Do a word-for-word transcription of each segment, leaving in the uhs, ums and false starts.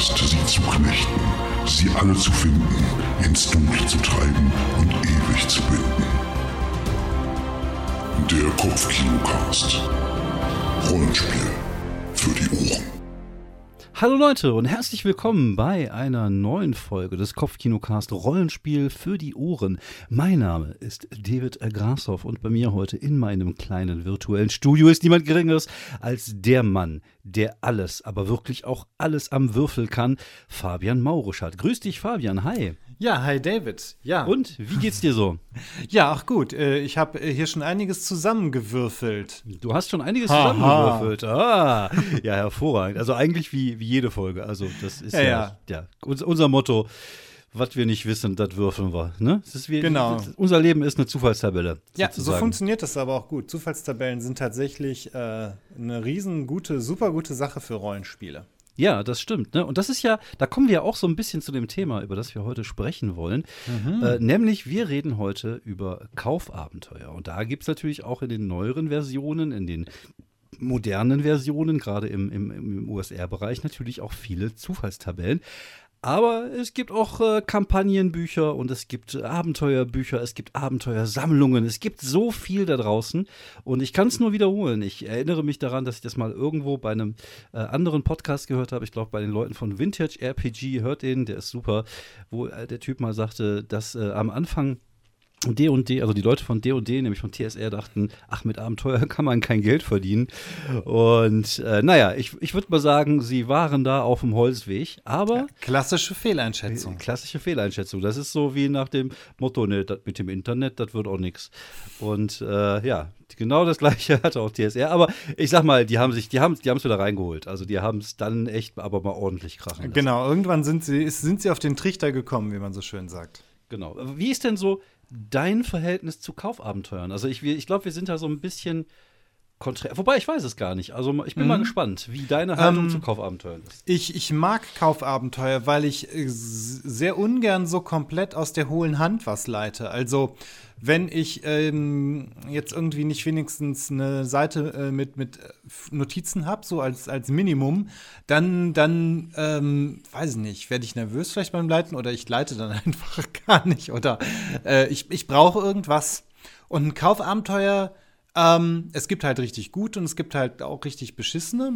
Podcast, sie zu knechten, sie alle zu finden, ins Dunkle zu treiben und ewig zu binden. Der Kopfkinocast. Rollenspiel für die Ohren. Hallo Leute und herzlich willkommen bei einer neuen Folge des Kopfkinocast Rollenspiel für die Ohren. Mein Name ist David Grashoff und bei mir heute in meinem kleinen virtuellen Studio ist niemand Geringeres als der Mann, der alles, aber wirklich auch alles am Würfel kann, Fabian Maurischat. Grüß dich, Fabian, hi. Ja, hi David. Ja. Und, wie geht's dir so? Ja, ach gut. Ich habe hier schon einiges zusammengewürfelt. Du hast schon einiges Aha. zusammengewürfelt. Ah, ja, hervorragend. Also eigentlich wie, wie jede Folge. Also das ist ja, Ja, ja, ja unser, unser Motto, was wir nicht wissen, das würfeln wir. Ne? Das ist wie, Genau. Das, unser Leben ist eine Zufallstabelle. Ja, sozusagen. so funktioniert das aber auch gut. Zufallstabellen sind tatsächlich äh, eine riesengute, super gute Sache für Rollenspiele. Ja, das stimmt. Ne? Und das ist ja, da kommen wir ja auch so ein bisschen zu dem Thema, über das wir heute sprechen wollen. Mhm. Äh, nämlich, wir reden heute über Kaufabenteuer. Und da gibt es natürlich auch in den neueren Versionen, in den modernen Versionen, gerade im, im, im U S R-Bereich, natürlich auch viele Zufallstabellen. Aber es gibt auch äh, Kampagnenbücher und es gibt äh, Abenteuerbücher, es gibt Abenteuersammlungen, es gibt so viel da draußen und ich kann es nur wiederholen. Ich erinnere mich daran, dass ich das mal irgendwo bei einem äh, anderen Podcast gehört habe, ich glaube bei den Leuten von Vintage R P G, hört den, der ist super, wo äh, der Typ mal sagte, dass äh, am Anfang D und D, also die Leute von D und D, nämlich von T S R, dachten, ach, mit Abenteuer kann man kein Geld verdienen. Und äh, naja, ich, ich würde mal sagen, sie waren da auf dem Holzweg, aber Ja, klassische Fehleinschätzung. Klassische Fehleinschätzung. Das ist so wie nach dem Motto, ne, das mit dem Internet, das wird auch nichts. Und äh, ja, genau das Gleiche hatte auch T S R. Aber ich sag mal, die haben sich, die haben, die haben es wieder reingeholt. Also die haben es dann echt aber mal ordentlich krachen lassen. Genau, irgendwann sind sie, sind sie auf den Trichter gekommen, wie man so schön sagt. Genau. Wie ist denn so dein Verhältnis zu Kaufabenteuern? Also ich, ich glaube, wir sind da so ein bisschen konträr. Wobei, ich weiß es gar nicht. Also ich bin mhm. mal gespannt, wie deine Haltung ähm, zu Kaufabenteuern ist. Ich, ich mag Kaufabenteuer, weil ich äh, sehr ungern so komplett aus der hohlen Hand was leite. Also wenn ich ähm, jetzt irgendwie nicht wenigstens eine Seite äh, mit, mit Notizen habe, so als, als Minimum, dann, dann ähm, weiß ich nicht, werde ich nervös vielleicht beim Leiten oder ich leite dann einfach gar nicht. Oder äh, ich, ich brauche irgendwas. Und ein Kaufabenteuer, ähm, es gibt halt richtig gut und es gibt halt auch richtig beschissene.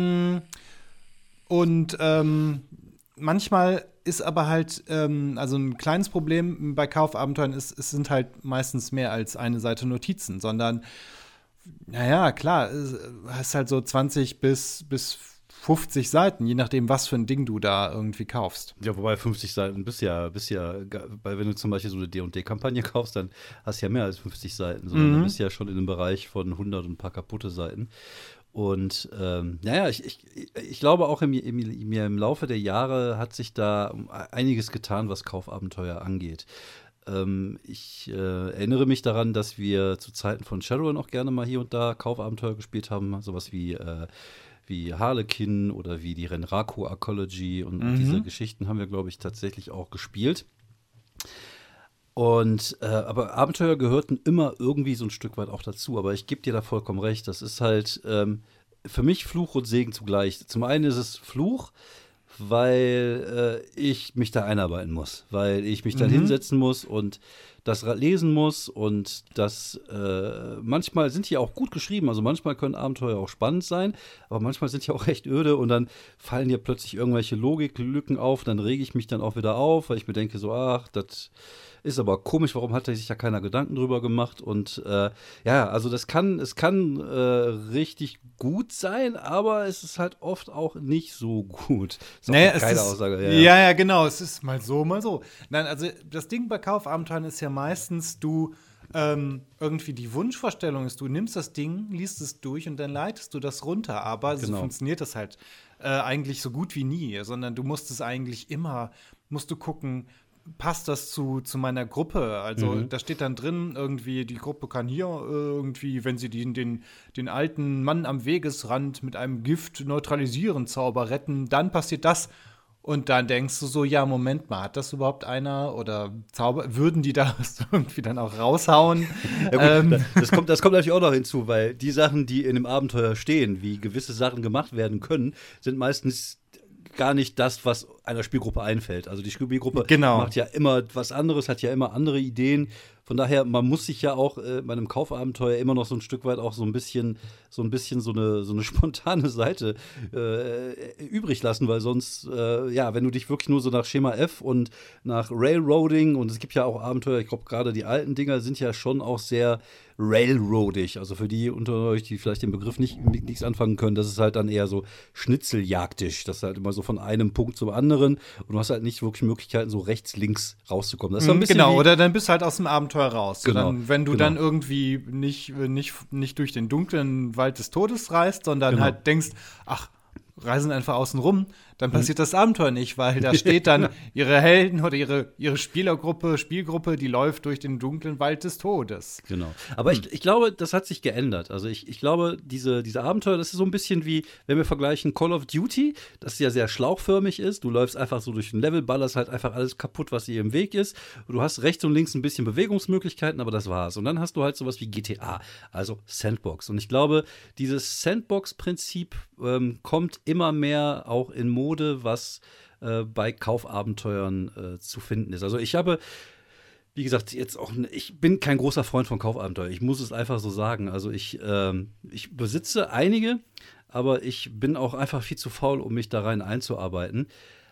Und ähm, manchmal ist aber halt, ähm, also ein kleines Problem bei Kaufabenteuern ist, es sind halt meistens mehr als eine Seite Notizen, sondern, naja, klar, es hast halt so zwanzig bis, bis fünfzig Seiten, je nachdem, was für ein Ding du da irgendwie kaufst. Ja, wobei fünfzig Seiten bist ja, bist ja, weil wenn du zum Beispiel so eine D und D-Kampagne kaufst, dann hast du ja mehr als fünfzig Seiten, sondern Mhm. du bist ja schon in einem Bereich von hundert und ein paar kaputte Seiten. Und ähm, naja, ich, ich, ich glaube auch im, im, im Laufe der Jahre hat sich da einiges getan, was Kaufabenteuer angeht. Ähm, ich äh, erinnere mich daran, dass wir zu Zeiten von Shadowrun auch gerne mal hier und da Kaufabenteuer gespielt haben, sowas wie äh, wie Harlequin oder wie die Renraku Arcology und Mhm. diese Geschichten haben wir, glaube ich, tatsächlich auch gespielt. Und äh, aber Abenteuer gehörten immer irgendwie so ein Stück weit auch dazu. Aber ich gebe dir da vollkommen recht. Das ist halt ähm, für mich Fluch und Segen zugleich. Zum einen ist es Fluch, weil äh, ich mich da einarbeiten muss, weil ich mich dann Mhm. hinsetzen muss und das ra- lesen muss und das äh, manchmal sind die auch gut geschrieben, also manchmal können Abenteuer auch spannend sein, aber manchmal sind die auch recht öde und dann fallen dir plötzlich irgendwelche Logiklücken auf, dann rege ich mich dann auch wieder auf, weil ich mir denke so, ach, das ist aber komisch, warum hat sich ja keiner Gedanken drüber gemacht und äh, ja, also das kann, es kann äh, richtig gut sein, aber es ist halt oft auch nicht so gut. Ist auch Naja, eine es geile ist, Aussage. ja, ja, genau. Es ist mal so, mal so. Nein, also das Ding bei Kaufabenteuern ist ja meistens, du ähm, irgendwie die Wunschvorstellung ist, du nimmst das Ding, liest es durch und dann leitest du das runter. Aber so Genau. funktioniert das halt äh, eigentlich so gut wie nie, sondern du musst es eigentlich immer, musst du gucken, passt das zu, zu meiner Gruppe? Also Mhm. da steht dann drin, irgendwie, die Gruppe kann hier äh, irgendwie, wenn sie den, den, den alten Mann am Wegesrand mit einem Gift neutralisieren, Zauber retten, dann passiert das. Und dann denkst du so, ja, Moment mal, hat das überhaupt einer? Oder Zauber, würden die das irgendwie dann auch raushauen? Ja, gut, ähm, das, kommt, das kommt natürlich auch noch hinzu, weil die Sachen, die in einem Abenteuer stehen, wie gewisse Sachen gemacht werden können, sind meistens gar nicht das, was einer Spielgruppe einfällt. Also die Spielgruppe genau. macht ja immer was anderes, hat ja immer andere Ideen. Von daher, man muss sich ja auch äh, bei einem Kaufabenteuer immer noch so ein Stück weit auch so ein bisschen so ein bisschen so eine, so eine spontane Seite äh, übrig lassen, weil sonst, äh, ja, wenn du dich wirklich nur so nach Schema F und nach Railroading, und es gibt ja auch Abenteuer, ich glaube gerade die alten Dinger sind ja schon auch sehr railroadig, also für die unter euch, die vielleicht den Begriff nicht nichts anfangen können, das ist halt dann eher so schnitzeljagdisch, das ist halt immer so von einem Punkt zum anderen und du hast halt nicht wirklich Möglichkeiten, so rechts, links rauszukommen. Das ist ein bisschen genau, wie, oder dann bist du halt aus dem Abenteuer raus. Genau, so dann, wenn du genau. dann irgendwie nicht, nicht, nicht durch den dunklen Wald des Todes reist, sondern Genau. halt denkst, ach, reisen einfach außen rum, dann passiert das Abenteuer nicht, weil da steht dann ihre Helden oder ihre, ihre Spielergruppe, Spielgruppe, die läuft durch den dunklen Wald des Todes. Genau. Aber Hm. ich, ich glaube, das hat sich geändert. Also ich, ich glaube, diese, diese Abenteuer, das ist so ein bisschen wie, wenn wir vergleichen Call of Duty, das ja sehr schlauchförmig ist. Du läufst einfach so durch ein Level, ballerst halt einfach alles kaputt, was dir im Weg ist. Du hast rechts und links ein bisschen Bewegungsmöglichkeiten, aber das war's. Und dann hast du halt sowas wie G T A, also Sandbox. Und ich glaube, dieses Sandbox-Prinzip ähm, kommt immer mehr auch in Mode, was äh, bei Kaufabenteuern äh, zu finden ist. Also ich habe Wie gesagt, jetzt auch, ich bin kein großer Freund von Kaufabenteuer. Ich muss es einfach so sagen. Also ich, ähm, ich besitze einige, aber ich bin auch einfach viel zu faul, um mich da rein einzuarbeiten.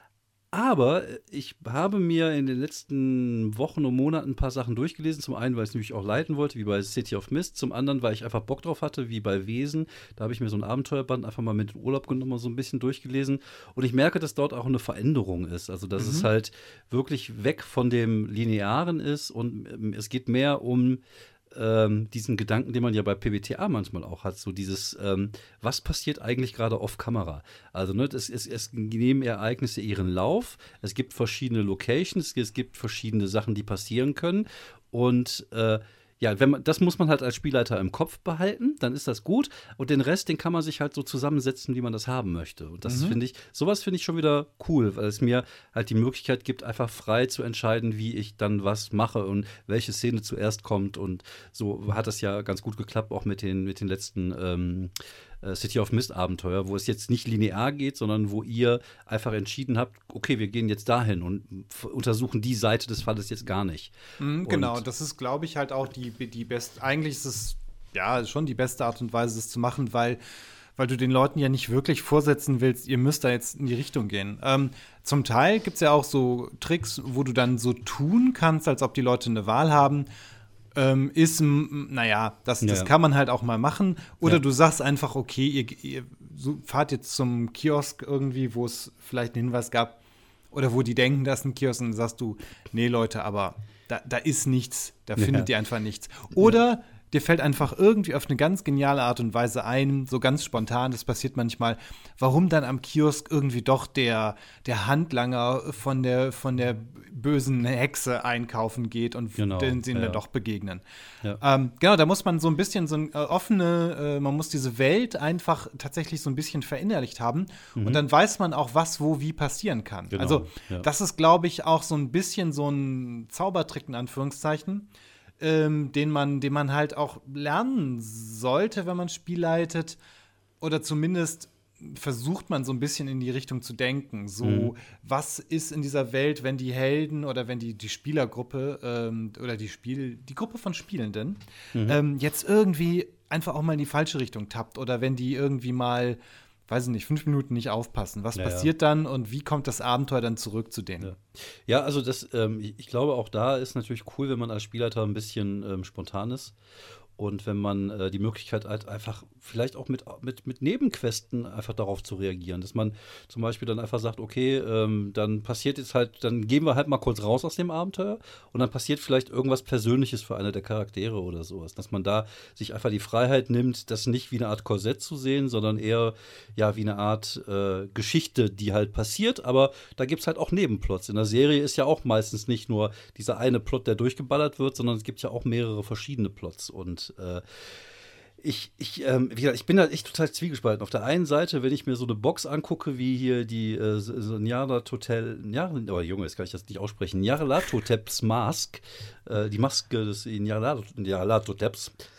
Aber ich habe mir in den letzten Wochen und Monaten ein paar Sachen durchgelesen. Zum einen, weil ich es nämlich auch leiten wollte, wie bei City of Mist. Zum anderen, weil ich einfach Bock drauf hatte, wie bei Wesen. Da habe ich mir so ein Abenteuerband einfach mal mit in den Urlaub genommen und so ein bisschen durchgelesen. Und ich merke, dass dort auch eine Veränderung ist. Also, dass Mhm. es halt wirklich weg von dem Linearen ist und ähm, es geht mehr um ähm, diesen Gedanken, den man ja bei P B T A manchmal auch hat, so dieses, ähm, was passiert eigentlich gerade off-Kamera? Also, ne, das ist, es nehmen Ereignisse ihren Lauf, es gibt verschiedene Locations, es gibt verschiedene Sachen, die passieren können und äh, ja, wenn man, das muss man halt als Spielleiter im Kopf behalten, dann ist das gut. Und den Rest, den kann man sich halt so zusammensetzen, wie man das haben möchte. Und das Mhm. finde ich, sowas finde ich schon wieder cool, weil es mir halt die Möglichkeit gibt, einfach frei zu entscheiden, wie ich dann was mache und welche Szene zuerst kommt. Und so hat das ja ganz gut geklappt, auch mit den, mit den letzten ähm, äh, City of Mist Abenteuer, wo es jetzt nicht linear geht, sondern wo ihr einfach entschieden habt, okay, wir gehen jetzt dahin und f- untersuchen die Seite des Falles jetzt gar nicht. Mhm, genau, Und- das ist, glaube ich, halt auch die, die beste, eigentlich ist es ja schon die beste Art und Weise, es zu machen, weil, weil du den Leuten ja nicht wirklich vorsetzen willst, ihr müsst da jetzt in die Richtung gehen. Ähm, zum Teil gibt es ja auch so Tricks, wo du dann so tun kannst, als ob die Leute eine Wahl haben. Ähm, ist, m, naja, das, das Ja. kann man halt auch mal machen. Oder Ja. du sagst einfach, okay, ihr, ihr so, fahrt jetzt zum Kiosk irgendwie, wo es vielleicht einen Hinweis gab, oder wo die denken, das ist ein Kiosk, und dann sagst du, nee, Leute, aber da, da ist nichts, da Ja. findet ihr einfach nichts. Oder dir fällt einfach irgendwie auf eine ganz geniale Art und Weise ein, so ganz spontan, das passiert manchmal, warum dann am Kiosk irgendwie doch der, der Handlanger von der, von der bösen Hexe einkaufen geht und Genau, den sie ja. dann doch begegnen. Ja. Ähm, genau, da muss man so ein bisschen so ein äh, offene, äh, man muss diese Welt einfach tatsächlich so ein bisschen verinnerlicht haben und dann weiß man auch, was wo wie passieren kann. Genau, Also ja. das ist, glaube ich, auch so ein bisschen so ein Zaubertrick in Anführungszeichen, ähm, den man, den man halt auch lernen sollte, wenn man Spiel leitet, oder zumindest versucht man so ein bisschen in die Richtung zu denken. So, Mhm. was ist in dieser Welt, wenn die Helden oder wenn die, die Spielergruppe ähm, oder die Spiel, die Gruppe von Spielenden Mhm. ähm, jetzt irgendwie einfach auch mal in die falsche Richtung tappt oder wenn die irgendwie mal, weiß ich nicht, fünf Minuten nicht aufpassen. Was Ja, ja. passiert dann und wie kommt das Abenteuer dann zurück zu denen? Ja. Ja, also das, ähm, ich ich glaube, auch da ist natürlich cool, wenn man als Spielleiter ein bisschen ähm, spontan ist. Und wenn man äh, die Möglichkeit hat, einfach vielleicht auch mit, mit, mit Nebenquesten einfach darauf zu reagieren. Dass man zum Beispiel dann einfach sagt, okay, ähm, dann passiert jetzt halt, dann gehen wir halt mal kurz raus aus dem Abenteuer und dann passiert vielleicht irgendwas Persönliches für eine der Charaktere oder sowas. Dass man da sich einfach die Freiheit nimmt, das nicht wie eine Art Korsett zu sehen, sondern eher ja wie eine Art äh, Geschichte, die halt passiert. Aber da gibt es halt auch Nebenplots. In der Serie ist ja auch meistens nicht nur dieser eine Plot, der durchgeballert wird, sondern es gibt ja auch mehrere verschiedene Plots. Und äh, ich, ich, ähm, wie gesagt, ich bin da echt total zwiegespalten. Auf der einen Seite, wenn ich mir so eine Box angucke, wie hier die äh, so Nyarlathotep, Nyar- oh Junge, jetzt kann ich das nicht aussprechen, Nyarlathoteps Mask, äh, die Maske des Nyarlathoteps.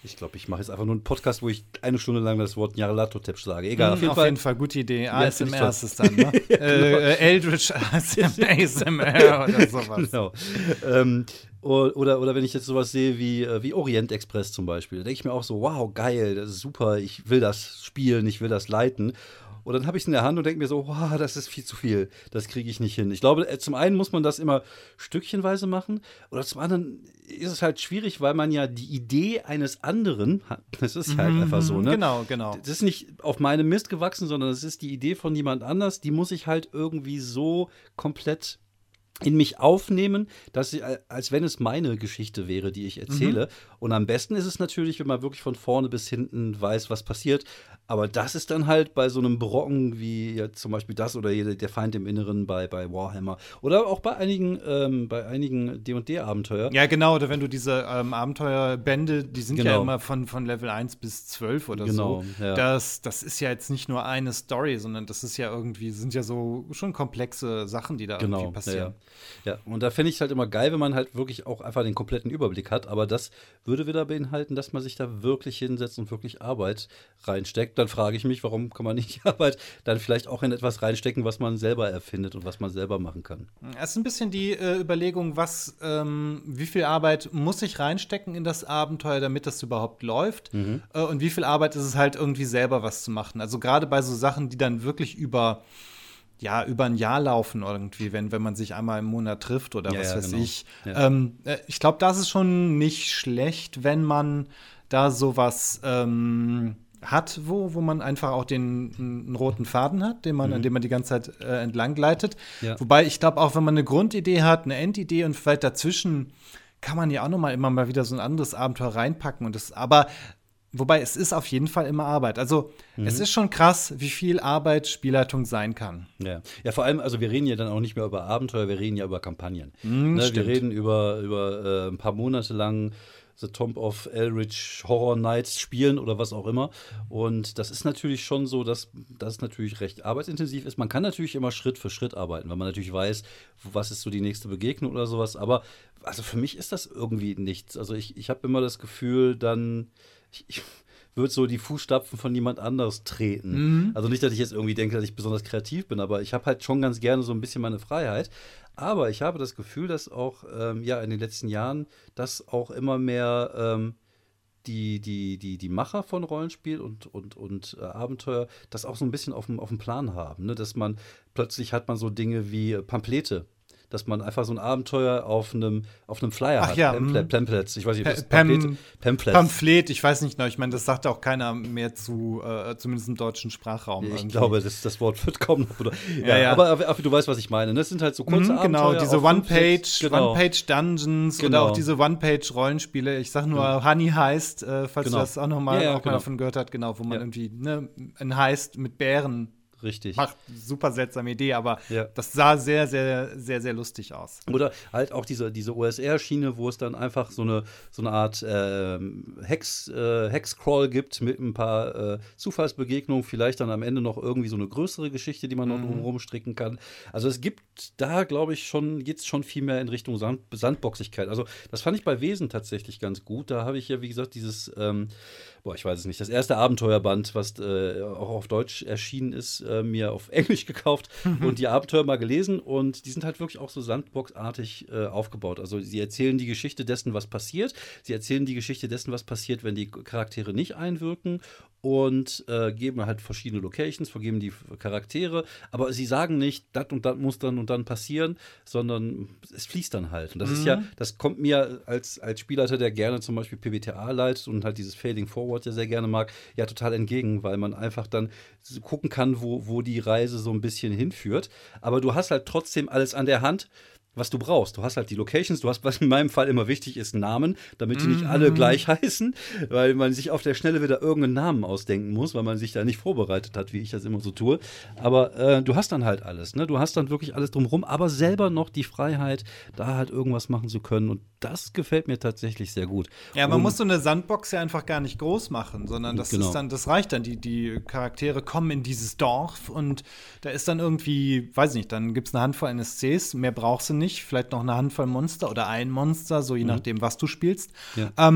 Ich glaube, ich mache jetzt einfach nur einen Podcast, wo ich eine Stunde lang das Wort Nyarlathotep sage. Egal, Mhm, auf jeden, auf Fall. jeden Fall, gute Idee. A S M R Ja, ist es dann, ne? Ja, genau. äh, Eldritch A S M R oder sowas. Genau. Ähm, oder, oder wenn ich jetzt sowas sehe wie, äh, wie Orient Express zum Beispiel, da denke ich mir auch so, wow, geil, das ist super, ich will das spielen, ich will das leiten. Und dann habe ich es in der Hand und denke mir so, wow, das ist viel zu viel, das kriege ich nicht hin. Ich glaube, äh, zum einen muss man das immer stückchenweise machen, oder zum anderen ist es halt schwierig, weil man ja die Idee eines anderen hat. Das ist halt Mhm, einfach so, ne? Genau, genau. Das ist nicht auf meinem Mist gewachsen, sondern es ist die Idee von jemand anders, die muss ich halt irgendwie so komplett in mich aufnehmen, dass ich, als wenn es meine Geschichte wäre, die ich erzähle. Mhm. Und am besten ist es natürlich, wenn man wirklich von vorne bis hinten weiß, was passiert. Aber das ist dann halt bei so einem Brocken wie ja, zum Beispiel das oder der Feind im Inneren bei, bei Warhammer oder auch bei einigen ähm, bei einigen D und D-Abenteuer. Ja, genau, oder wenn du diese ähm, Abenteuerbände, die sind genau. ja immer von, von Level eins bis zwölf oder genau, so. Ja. Das, das ist ja jetzt nicht nur eine Story, sondern das ist ja irgendwie, sind ja so schon komplexe Sachen, die da genau, irgendwie passieren. Ja, ja. Und da finde ich es halt immer geil, wenn man halt wirklich auch einfach den kompletten Überblick hat. Aber das würde wieder beinhalten, dass man sich da wirklich hinsetzt und wirklich Arbeit reinsteckt. Dann frage ich mich, warum kann man nicht die Arbeit dann vielleicht auch in etwas reinstecken, was man selber erfindet und was man selber machen kann. Es ist ein bisschen die äh, Überlegung, was, ähm, wie viel Arbeit muss ich reinstecken in das Abenteuer, damit das überhaupt läuft? Mhm. Äh, und wie viel Arbeit ist es halt irgendwie selber was zu machen? Also gerade bei so Sachen, die dann wirklich über ja, über ein Jahr laufen irgendwie, wenn, wenn man sich einmal im Monat trifft oder ja, was ja, weiß genau. ich. Ja. Ähm, äh, ich glaube, das ist schon nicht schlecht, wenn man da sowas ähm, hat, wo, wo man einfach auch den einen roten Faden hat, den man, Mhm. an dem man die ganze Zeit äh, entlang gleitet. Ja. Wobei ich glaube, auch wenn man eine Grundidee hat, eine Endidee und vielleicht dazwischen kann man ja auch noch mal immer mal wieder so ein anderes Abenteuer reinpacken. Und das, aber wobei, es ist auf jeden Fall immer Arbeit. Also, Mhm. es ist schon krass, wie viel Arbeit Spielleitung sein kann. Ja. ja, vor allem, also wir reden ja dann auch nicht mehr über Abenteuer, wir reden ja über Kampagnen. Mm, ne, wir stimmt. reden über, über äh, ein paar Monate lang The Tomb of Eldritch Horror Nights spielen oder was auch immer. Und das ist natürlich schon so, dass das natürlich recht arbeitsintensiv ist. Man kann natürlich immer Schritt für Schritt arbeiten, weil man natürlich weiß, was ist so die nächste Begegnung oder sowas. Aber also für mich ist das irgendwie nichts. Also ich, ich habe immer das Gefühl, dann ich, ich würde so die Fußstapfen von jemand anderes treten. Mhm. Also nicht, dass ich jetzt irgendwie denke, dass ich besonders kreativ bin, aber ich habe halt schon ganz gerne so ein bisschen meine Freiheit. Aber ich habe das Gefühl, dass auch ähm, ja, in den letzten Jahren das auch immer mehr ähm, die, die, die, die Macher von Rollenspiel und, und, und äh, Abenteuer das auch so ein bisschen auf dem, auf dem Plan haben. Ne? Dass man plötzlich hat man so Dinge wie äh, Pamphlete. Dass man einfach so ein Abenteuer auf einem, auf einem Flyer Ach hat. ja, Pamphlet, mhm. Pamphlets. Ich weiß nicht, ob das Pam- Pamphlete, Pamphlets. Pamphlet, ich weiß nicht, ich meine, das sagt auch keiner mehr zu, äh, zumindest im deutschen Sprachraum. Ich irgendwie. glaube, das, das Wort wird kaum noch. Oder, ja, Ja, ja. Aber, aber, aber du weißt, was ich meine. Das sind halt so kurze Mhm, Abenteuer. genau, diese auf fünf, sechs- One-Page, genau. One-Page-Dungeons Genau. oder auch diese One-Page-Rollenspiele. Ich sag nur Honey Heist, äh, falls Genau. du das auch noch mal, Ja, ja, auch mal genau. davon gehört hast, genau, wo man Ja. irgendwie ne, ein Heist mit Bären Richtig. macht. Super seltsame Idee, aber Ja. das sah sehr, sehr, sehr, sehr lustig aus. Oder halt auch diese, diese O S R-Schiene, wo es dann einfach so eine, so eine Art ähm, Hex, äh, Hexcrawl gibt mit ein paar äh, Zufallsbegegnungen, vielleicht dann am Ende noch irgendwie so eine größere Geschichte, die man noch drumherum stricken kann. Also es gibt da, glaube ich, schon, jetzt schon viel mehr in Richtung Sand, Sandboxigkeit. Also das fand ich bei Wesen tatsächlich ganz gut. Da habe ich ja, wie gesagt, dieses, ähm, boah, ich weiß es nicht, das erste Abenteuerband, was äh, auch auf Deutsch erschienen ist, äh, mir auf Englisch gekauft und die Abenteuer mal gelesen und die sind halt wirklich auch so Sandbox-artig äh, aufgebaut. Also sie erzählen die Geschichte dessen, was passiert. Sie erzählen die Geschichte dessen, was passiert, wenn die Charaktere nicht einwirken und äh, geben halt verschiedene Locations, vergeben die Charaktere, aber sie sagen nicht, das und das muss dann und dann passieren, sondern es fließt dann halt. Und das ist ja, das kommt mir als, als Spielleiter, der gerne zum Beispiel P B T A leitet und halt dieses Fading Forward ja sehr gerne mag, ja total entgegen, weil man einfach dann so gucken kann, wo, wo die Reise so ein bisschen hinführt. Aber du hast halt trotzdem alles an der Hand, was du brauchst. Du hast halt die Locations, du hast, was in meinem Fall immer wichtig ist, Namen, damit die nicht alle gleich heißen, weil man sich auf der Schnelle wieder irgendeinen Namen ausdenken muss, weil man sich da nicht vorbereitet hat, wie ich das immer so tue. Aber äh, du hast dann halt alles, ne? Du hast dann wirklich alles drumherum, aber selber noch die Freiheit, da halt irgendwas machen zu können. Und das gefällt mir tatsächlich sehr gut. Ja, man Und- muss so eine Sandbox ja einfach gar nicht groß machen, sondern das Genau. ist dann, das reicht dann. Die, die Charaktere kommen in dieses Dorf und da ist dann irgendwie, weiß nicht, dann gibt es eine Handvoll N S Cs, mehr brauchst du nicht, vielleicht noch eine Handvoll Monster oder ein Monster, so je nachdem, was du spielst. Ja. Ähm,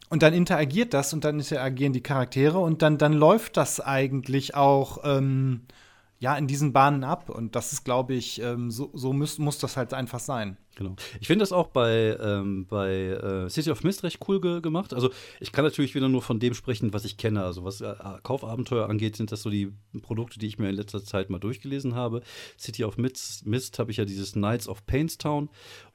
Und dann interagiert das und dann interagieren die Charaktere und dann, dann läuft das eigentlich auch ähm, ja, in diesen Bahnen ab. Und das ist, glaube ich, ähm, so, so muss, muss das halt einfach sein. Genau. Ich finde das auch bei, ähm, bei äh, City of Mist recht cool ge gemacht. Also ich kann natürlich wieder nur von dem sprechen, was ich kenne. Also was äh, Kaufabenteuer angeht, sind das so die Produkte, die ich mir in letzter Zeit mal durchgelesen habe. City of Mist, Mist habe ich ja dieses Knights of Painstown.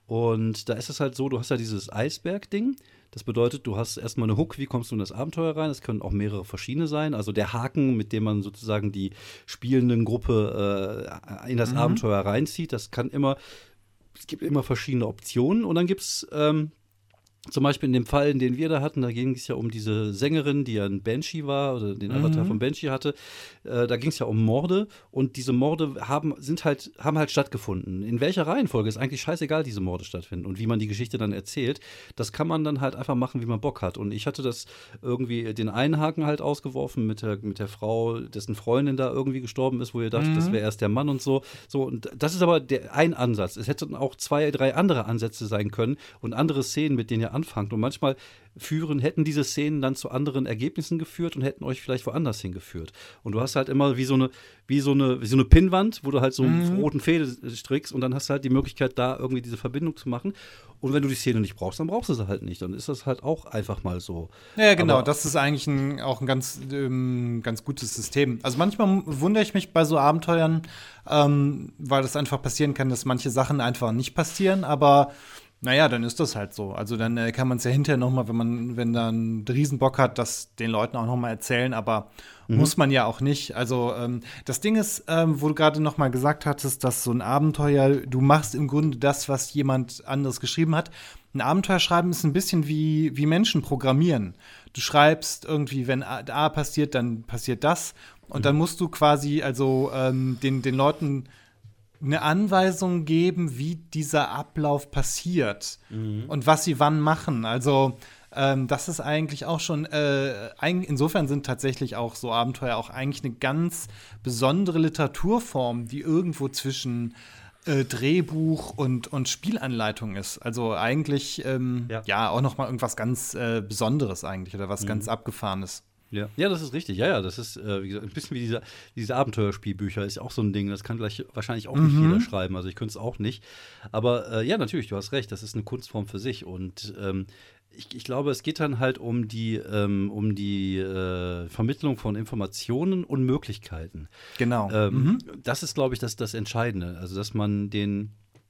Und da ist es halt so, du hast ja dieses Eisberg-Ding. Das bedeutet, du hast erstmal eine Hook, wie kommst du in das Abenteuer rein? Es können auch mehrere verschiedene sein. Also der Haken, mit dem man sozusagen die spielenden Gruppe äh, in das mhm. Abenteuer reinzieht, das kann immer, es gibt immer verschiedene Optionen. Und dann gibt es ähm, zum Beispiel in dem Fall, in den wir da hatten, da ging es ja um diese Sängerin, die ja ein Banshee war oder den Avatar Mhm. von Banshee hatte. Äh, da ging es ja um Morde und diese Morde haben, sind halt, haben halt stattgefunden. In welcher Reihenfolge ist eigentlich scheißegal, diese Morde stattfinden und wie man die Geschichte dann erzählt. Das kann man dann halt einfach machen, wie man Bock hat. Und ich hatte das irgendwie den einen Haken halt ausgeworfen mit der, mit der Frau, dessen Freundin da irgendwie gestorben ist, wo ihr dachtet, Mhm. das wäre erst der Mann und so. So, und das ist aber der ein Ansatz. Es hätten auch zwei, drei andere Ansätze sein können und andere Szenen, mit denen ihr anfangt. Und manchmal führen, hätten diese Szenen dann zu anderen Ergebnissen geführt und hätten euch vielleicht woanders hingeführt. Und du hast halt immer wie so eine, wie so eine, wie so eine Pinnwand, wo du halt so einen Mhm. roten Faden strickst und dann hast du halt die Möglichkeit, da irgendwie diese Verbindung zu machen. Und wenn du die Szene nicht brauchst, dann brauchst du sie halt nicht. Dann ist das halt auch einfach mal so. Ja, genau, Aber- das ist eigentlich ein, auch ein ganz, ähm, ganz gutes System. Also manchmal wundere ich mich bei so Abenteuern, ähm, weil das einfach passieren kann, dass manche Sachen einfach nicht passieren, aber naja, dann ist das halt so. Also dann äh, kann man es ja hinterher noch mal, wenn man, wenn dann einen Riesenbock hat, das den Leuten auch noch mal erzählen, aber Mhm. muss man ja auch nicht. Also ähm, das Ding ist, ähm, wo du gerade noch mal gesagt hattest, dass so ein Abenteuer, du machst im Grunde das, was jemand anderes geschrieben hat. Ein Abenteuer schreiben ist ein bisschen wie, wie Menschen programmieren. Du schreibst irgendwie, wenn A, A passiert, dann passiert das. Und dann musst du quasi also ähm, den, den Leuten eine Anweisung geben, wie dieser Ablauf passiert und was sie wann machen. Also ähm, das ist eigentlich auch schon, äh, eig- insofern sind tatsächlich auch so Abenteuer auch eigentlich eine ganz besondere Literaturform, die irgendwo zwischen äh, Drehbuch und, und Spielanleitung ist. Also eigentlich ähm, Ja. ja. auch noch mal irgendwas ganz äh, Besonderes eigentlich oder was ganz Abgefahrenes. Ja. ja, das ist richtig. Ja, ja, das ist äh, wie gesagt, ein bisschen wie diese, diese Abenteuerspielbücher ist ja auch so ein Ding. Das kann gleich wahrscheinlich auch nicht Mhm. jeder schreiben. Also ich könnte es auch nicht. Aber äh, ja, natürlich, du hast recht. Das ist eine Kunstform für sich. Und ähm, ich, ich glaube, es geht dann halt um die, ähm, um die äh, Vermittlung von Informationen und Möglichkeiten. Genau. Ähm, Mhm. Das ist, glaube ich, das, das Entscheidende. Also, dass man den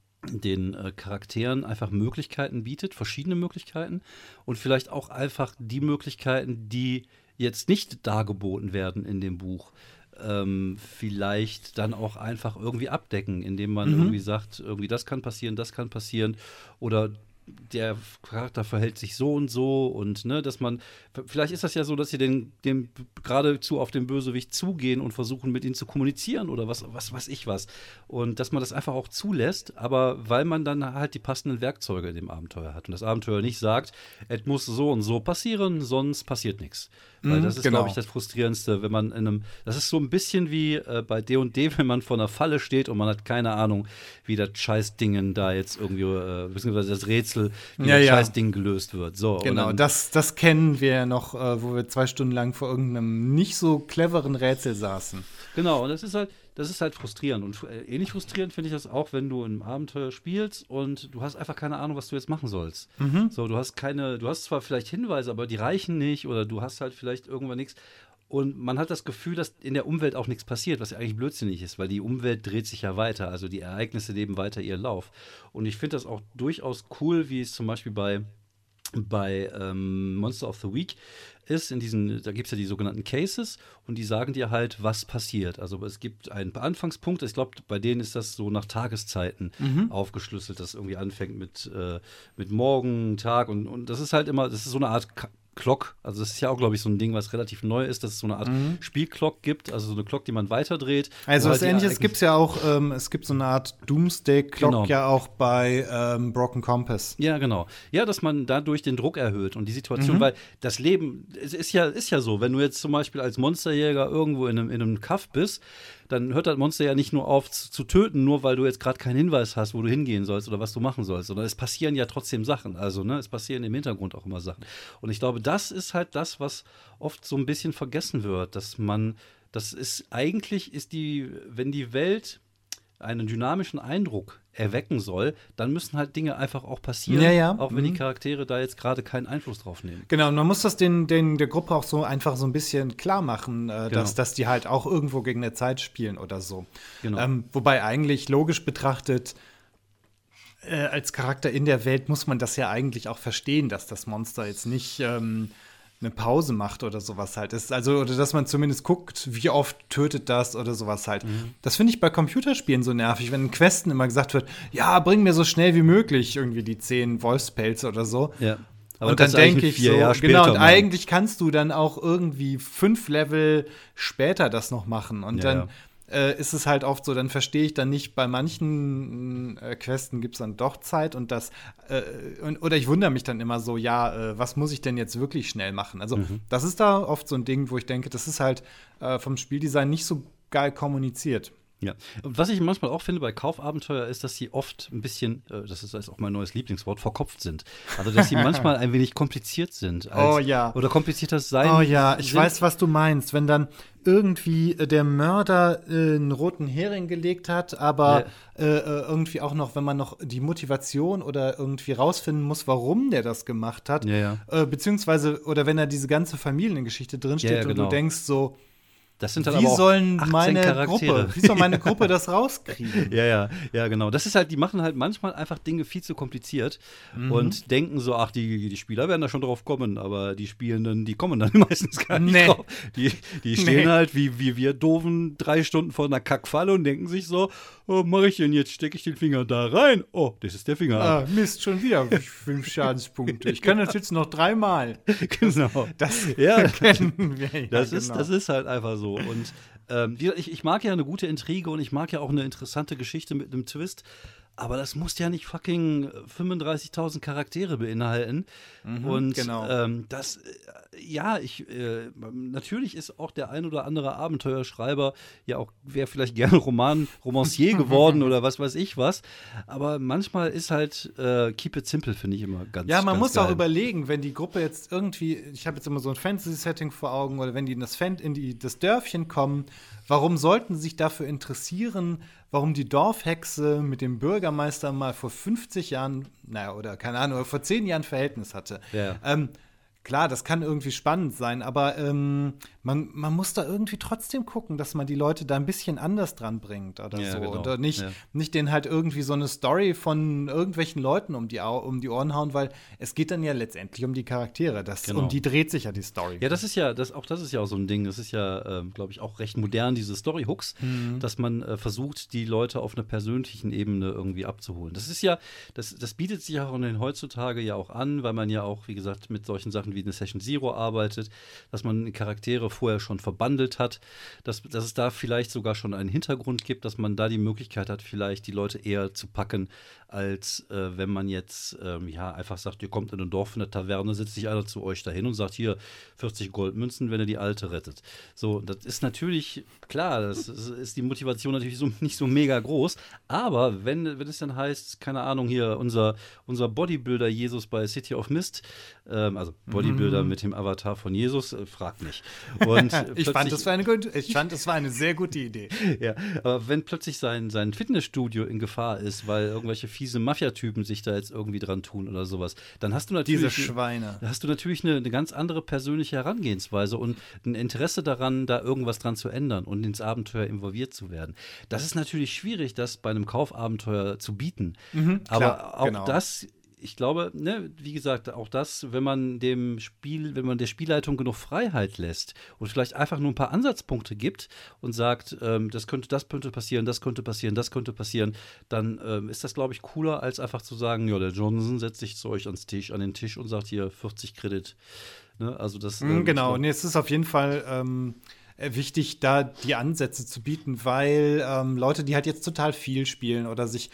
den äh, Charakteren einfach Möglichkeiten bietet, verschiedene Möglichkeiten und vielleicht auch einfach die Möglichkeiten, die jetzt nicht dargeboten werden in dem Buch, ähm, vielleicht dann auch einfach irgendwie abdecken, indem man Mhm. irgendwie sagt, irgendwie das kann passieren, das kann passieren oder der Charakter verhält sich so und so und ne, dass man, vielleicht ist das ja so, dass sie den, dem geradezu auf den Bösewicht zugehen und versuchen mit ihm zu kommunizieren oder was, was weiß ich was. Und dass man das einfach auch zulässt, aber weil man dann halt die passenden Werkzeuge in dem Abenteuer hat und das Abenteuer nicht sagt, es muss so und so passieren, sonst passiert nichts. Weil Mhm, das ist, genau. glaube ich, das Frustrierendste, wenn man in einem, das ist so ein bisschen wie äh, bei D und D, wenn man vor einer Falle steht und man hat keine Ahnung, wie das Scheißdingen da jetzt irgendwie, äh, beziehungsweise das Rätsel, wie Ja, das ja. Scheißding gelöst wird. So, und Genau, dann, das, das kennen wir ja noch, äh, wo wir zwei Stunden lang vor irgendeinem nicht so cleveren Rätsel saßen. Genau, und das ist halt, das ist halt frustrierend. Und äh, ähnlich frustrierend finde ich das auch, wenn du ein Abenteuer spielst und du hast einfach keine Ahnung, was du jetzt machen sollst. So, du hast keine, du hast zwar vielleicht Hinweise, aber die reichen nicht oder du hast halt vielleicht irgendwann nichts. Und man hat das Gefühl, dass in der Umwelt auch nichts passiert, was ja eigentlich blödsinnig ist, weil die Umwelt dreht sich ja weiter. Also die Ereignisse leben weiter ihren Lauf. Und ich finde das auch durchaus cool, wie es zum Beispiel bei bei ähm, Monster of the Week ist, in diesen, da gibt es ja die sogenannten Cases und die sagen dir halt, was passiert. Also es gibt einen Anfangspunkt, ich glaube, bei denen ist das so nach Tageszeiten aufgeschlüsselt, das irgendwie anfängt mit, äh, mit Morgen, Tag und, und das ist halt immer, das ist so eine Art Ka Clock, also das ist ja auch, glaube ich, so ein Ding, was relativ neu ist, dass es so eine Art Spielclock gibt, also so eine Clock, die man weiterdreht. Also wo was halt die Ähnliches Ereignisse- gibt es ja auch, ähm, es gibt so eine Art Doomsday-Clock Genau. ja auch bei ähm, Broken Compass. Ja, genau. Ja, dass man dadurch den Druck erhöht und die Situation, weil das Leben, es ist ja, ist ja so, wenn du jetzt zum Beispiel als Monsterjäger irgendwo in einem, in einem Kaff bist, dann hört das Monster ja nicht nur auf zu, zu töten, nur weil du jetzt gerade keinen Hinweis hast, wo du hingehen sollst oder was du machen sollst, sondern es passieren ja trotzdem Sachen. Also, ne, es passieren im Hintergrund auch immer Sachen. Und ich glaube, Und das ist halt das, was oft so ein bisschen vergessen wird, dass man, das ist, eigentlich ist die, wenn die Welt einen dynamischen Eindruck erwecken soll, dann müssen halt Dinge einfach auch passieren, ja, ja. auch wenn mhm. die Charaktere da jetzt gerade keinen Einfluss drauf nehmen. Genau, und man muss das den, den, der Gruppe auch so einfach so ein bisschen klar machen, äh, genau. dass, dass die halt auch irgendwo gegen eine Zeit spielen oder so. Genau. Ähm, wobei eigentlich logisch betrachtet, äh, als Charakter in der Welt muss man das ja eigentlich auch verstehen, dass das Monster jetzt nicht ähm, eine Pause macht oder sowas halt ist. Also, oder dass man zumindest guckt, wie oft tötet das oder sowas halt. Mhm. Das finde ich bei Computerspielen so nervig, wenn in Questen immer gesagt wird, ja, bring mir so schnell wie möglich irgendwie die zehn Wolfspelze oder so. Ja. Aber und dann denke ich so, genau, und machen. eigentlich kannst du dann auch irgendwie fünf Level später das noch machen. Und ja, dann ja. Äh, ist es halt oft so, dann verstehe ich dann nicht, bei manchen äh, Questen gibt es dann doch Zeit und das, äh, und, oder ich wundere mich dann immer so, ja, äh, was muss ich denn jetzt wirklich schnell machen? Also mhm. das ist da oft so ein Ding, wo ich denke, das ist halt äh, vom Spieldesign nicht so geil kommuniziert. Ja, und was ich manchmal auch finde bei Kaufabenteuer ist, dass sie oft ein bisschen, äh, das ist auch mein neues Lieblingswort, verkopft sind. Also, dass sie manchmal ein wenig kompliziert sind. Als, oh ja. Oder komplizierter sein. Oh ja, ich sind. weiß, was du meinst. Wenn dann irgendwie äh, der Mörder äh, einen roten Hering gelegt hat, aber ja. äh, irgendwie auch noch, wenn man noch die Motivation oder irgendwie rausfinden muss, warum der das gemacht hat. Ja, ja. Äh, beziehungsweise, oder wenn da diese ganze Familiengeschichte drinsteht ja, ja, genau. und du denkst so, das sind dann wie aber auch sollen achtzehn meine Charaktere. Gruppe, wie soll meine Gruppe das rauskriegen? Ja, ja, ja, genau. Das ist halt, die machen halt manchmal einfach Dinge viel zu kompliziert mhm. und denken so, ach, die, die Spieler werden da schon drauf kommen, aber die Spielenden, die kommen dann meistens gar nicht nee. drauf. Die, die stehen nee. halt wie, wie wir doofen drei Stunden vor einer Kackfalle und denken sich so, oh, mach ich denn jetzt, stecke ich den Finger da rein? Oh, das ist der Finger. Ah, Mist, schon wieder fünf Schadenspunkte. Ich kann das jetzt noch dreimal. Genau. Das, das ja, kennen wir ja, das, genau. ist, das ist halt einfach so. Und ähm, ich, ich mag ja eine gute Intrige und ich mag ja auch eine interessante Geschichte mit einem Twist. Aber das muss ja nicht fucking fünfunddreißigtausend Charaktere beinhalten. Mhm, und genau. ähm, das, äh, ja, ich, äh, natürlich ist auch der ein oder andere Abenteuerschreiber ja auch, wäre vielleicht gerne Roman, Romancier geworden oder was weiß ich was. Aber manchmal ist halt äh, keep it simple, finde ich immer ganz Ja, man ganz muss geil. auch überlegen, wenn die Gruppe jetzt irgendwie, ich habe jetzt immer so ein Fantasy-Setting vor Augen, oder wenn die in das, Fan in die, das Dörfchen kommen, warum sollten sie sich dafür interessieren, warum die Dorfhexe mit dem Bürgermeister mal vor fünfzig Jahren, naja, oder keine Ahnung, vor zehn Jahren Verhältnis hatte. Ja. Ähm, klar, das kann irgendwie spannend sein, aber ähm, man, man muss da irgendwie trotzdem gucken, dass man die Leute da ein bisschen anders dran bringt oder Ja, so. genau. Oder nicht, Ja. nicht denen halt irgendwie so eine Story von irgendwelchen Leuten um die, Au- um die Ohren hauen, weil es geht dann ja letztendlich um die Charaktere. Das, Genau. Um die dreht sich ja die Story. Ja, das ist ja, das, auch das ist ja auch so ein Ding. Das ist ja, ähm, glaube ich, auch recht modern, diese Story-Hooks, Mhm. dass man äh, versucht, die Leute auf einer persönlichen Ebene irgendwie abzuholen. Das ist ja, das, das bietet sich auch in den heutzutage ja auch an, weil man ja auch, wie gesagt, mit solchen Sachen wie eine Session Zero arbeitet, dass man Charaktere vorher schon verbandelt hat, dass, dass es da vielleicht sogar schon einen Hintergrund gibt, dass man da die Möglichkeit hat, vielleicht die Leute eher zu packen, als äh, wenn man jetzt ähm, ja einfach sagt, ihr kommt in ein Dorf, in eine Taverne, setzt sich einer zu euch dahin und sagt, hier vierzig Goldmünzen, wenn ihr die Alte rettet. So, das ist natürlich, klar, das ist, ist die Motivation natürlich so, nicht so mega groß, aber wenn, wenn es dann heißt, keine Ahnung, hier unser, unser Bodybuilder Jesus bei City of Mist, ähm, also Bodybuilder Mhm. mit dem Avatar von Jesus, äh, fragt nicht. Und ich, fand, das war eine gut, ich fand, das war eine sehr gute Idee. ja, aber wenn plötzlich sein, sein Fitnessstudio in Gefahr ist, weil irgendwelche fiese Mafia-Typen sich da jetzt irgendwie dran tun oder sowas, dann hast du natürlich Diese Schweine. Da hast du natürlich eine, eine ganz andere persönliche Herangehensweise und ein Interesse daran, da irgendwas dran zu ändern und ins Abenteuer involviert zu werden. Das ist natürlich schwierig, das bei einem Kaufabenteuer zu bieten. Mhm, aber klar, auch genau. das, ich glaube, ne, wie gesagt, auch das, wenn man dem Spiel, wenn man der Spielleitung genug Freiheit lässt und vielleicht einfach nur ein paar Ansatzpunkte gibt und sagt, ähm, das könnte, das könnte passieren, das könnte passieren, das könnte passieren, dann ähm, ist das, glaube ich, cooler, als einfach zu sagen, ja, der Johnson setzt sich zu euch ans Tisch, an den Tisch und sagt hier vierzig Kredit. Ne? Also das, Mhm, ähm, genau, glaub, und jetzt ist auf jeden Fall ähm, wichtig, da die Ansätze zu bieten, weil ähm, Leute, die halt jetzt total viel spielen oder sich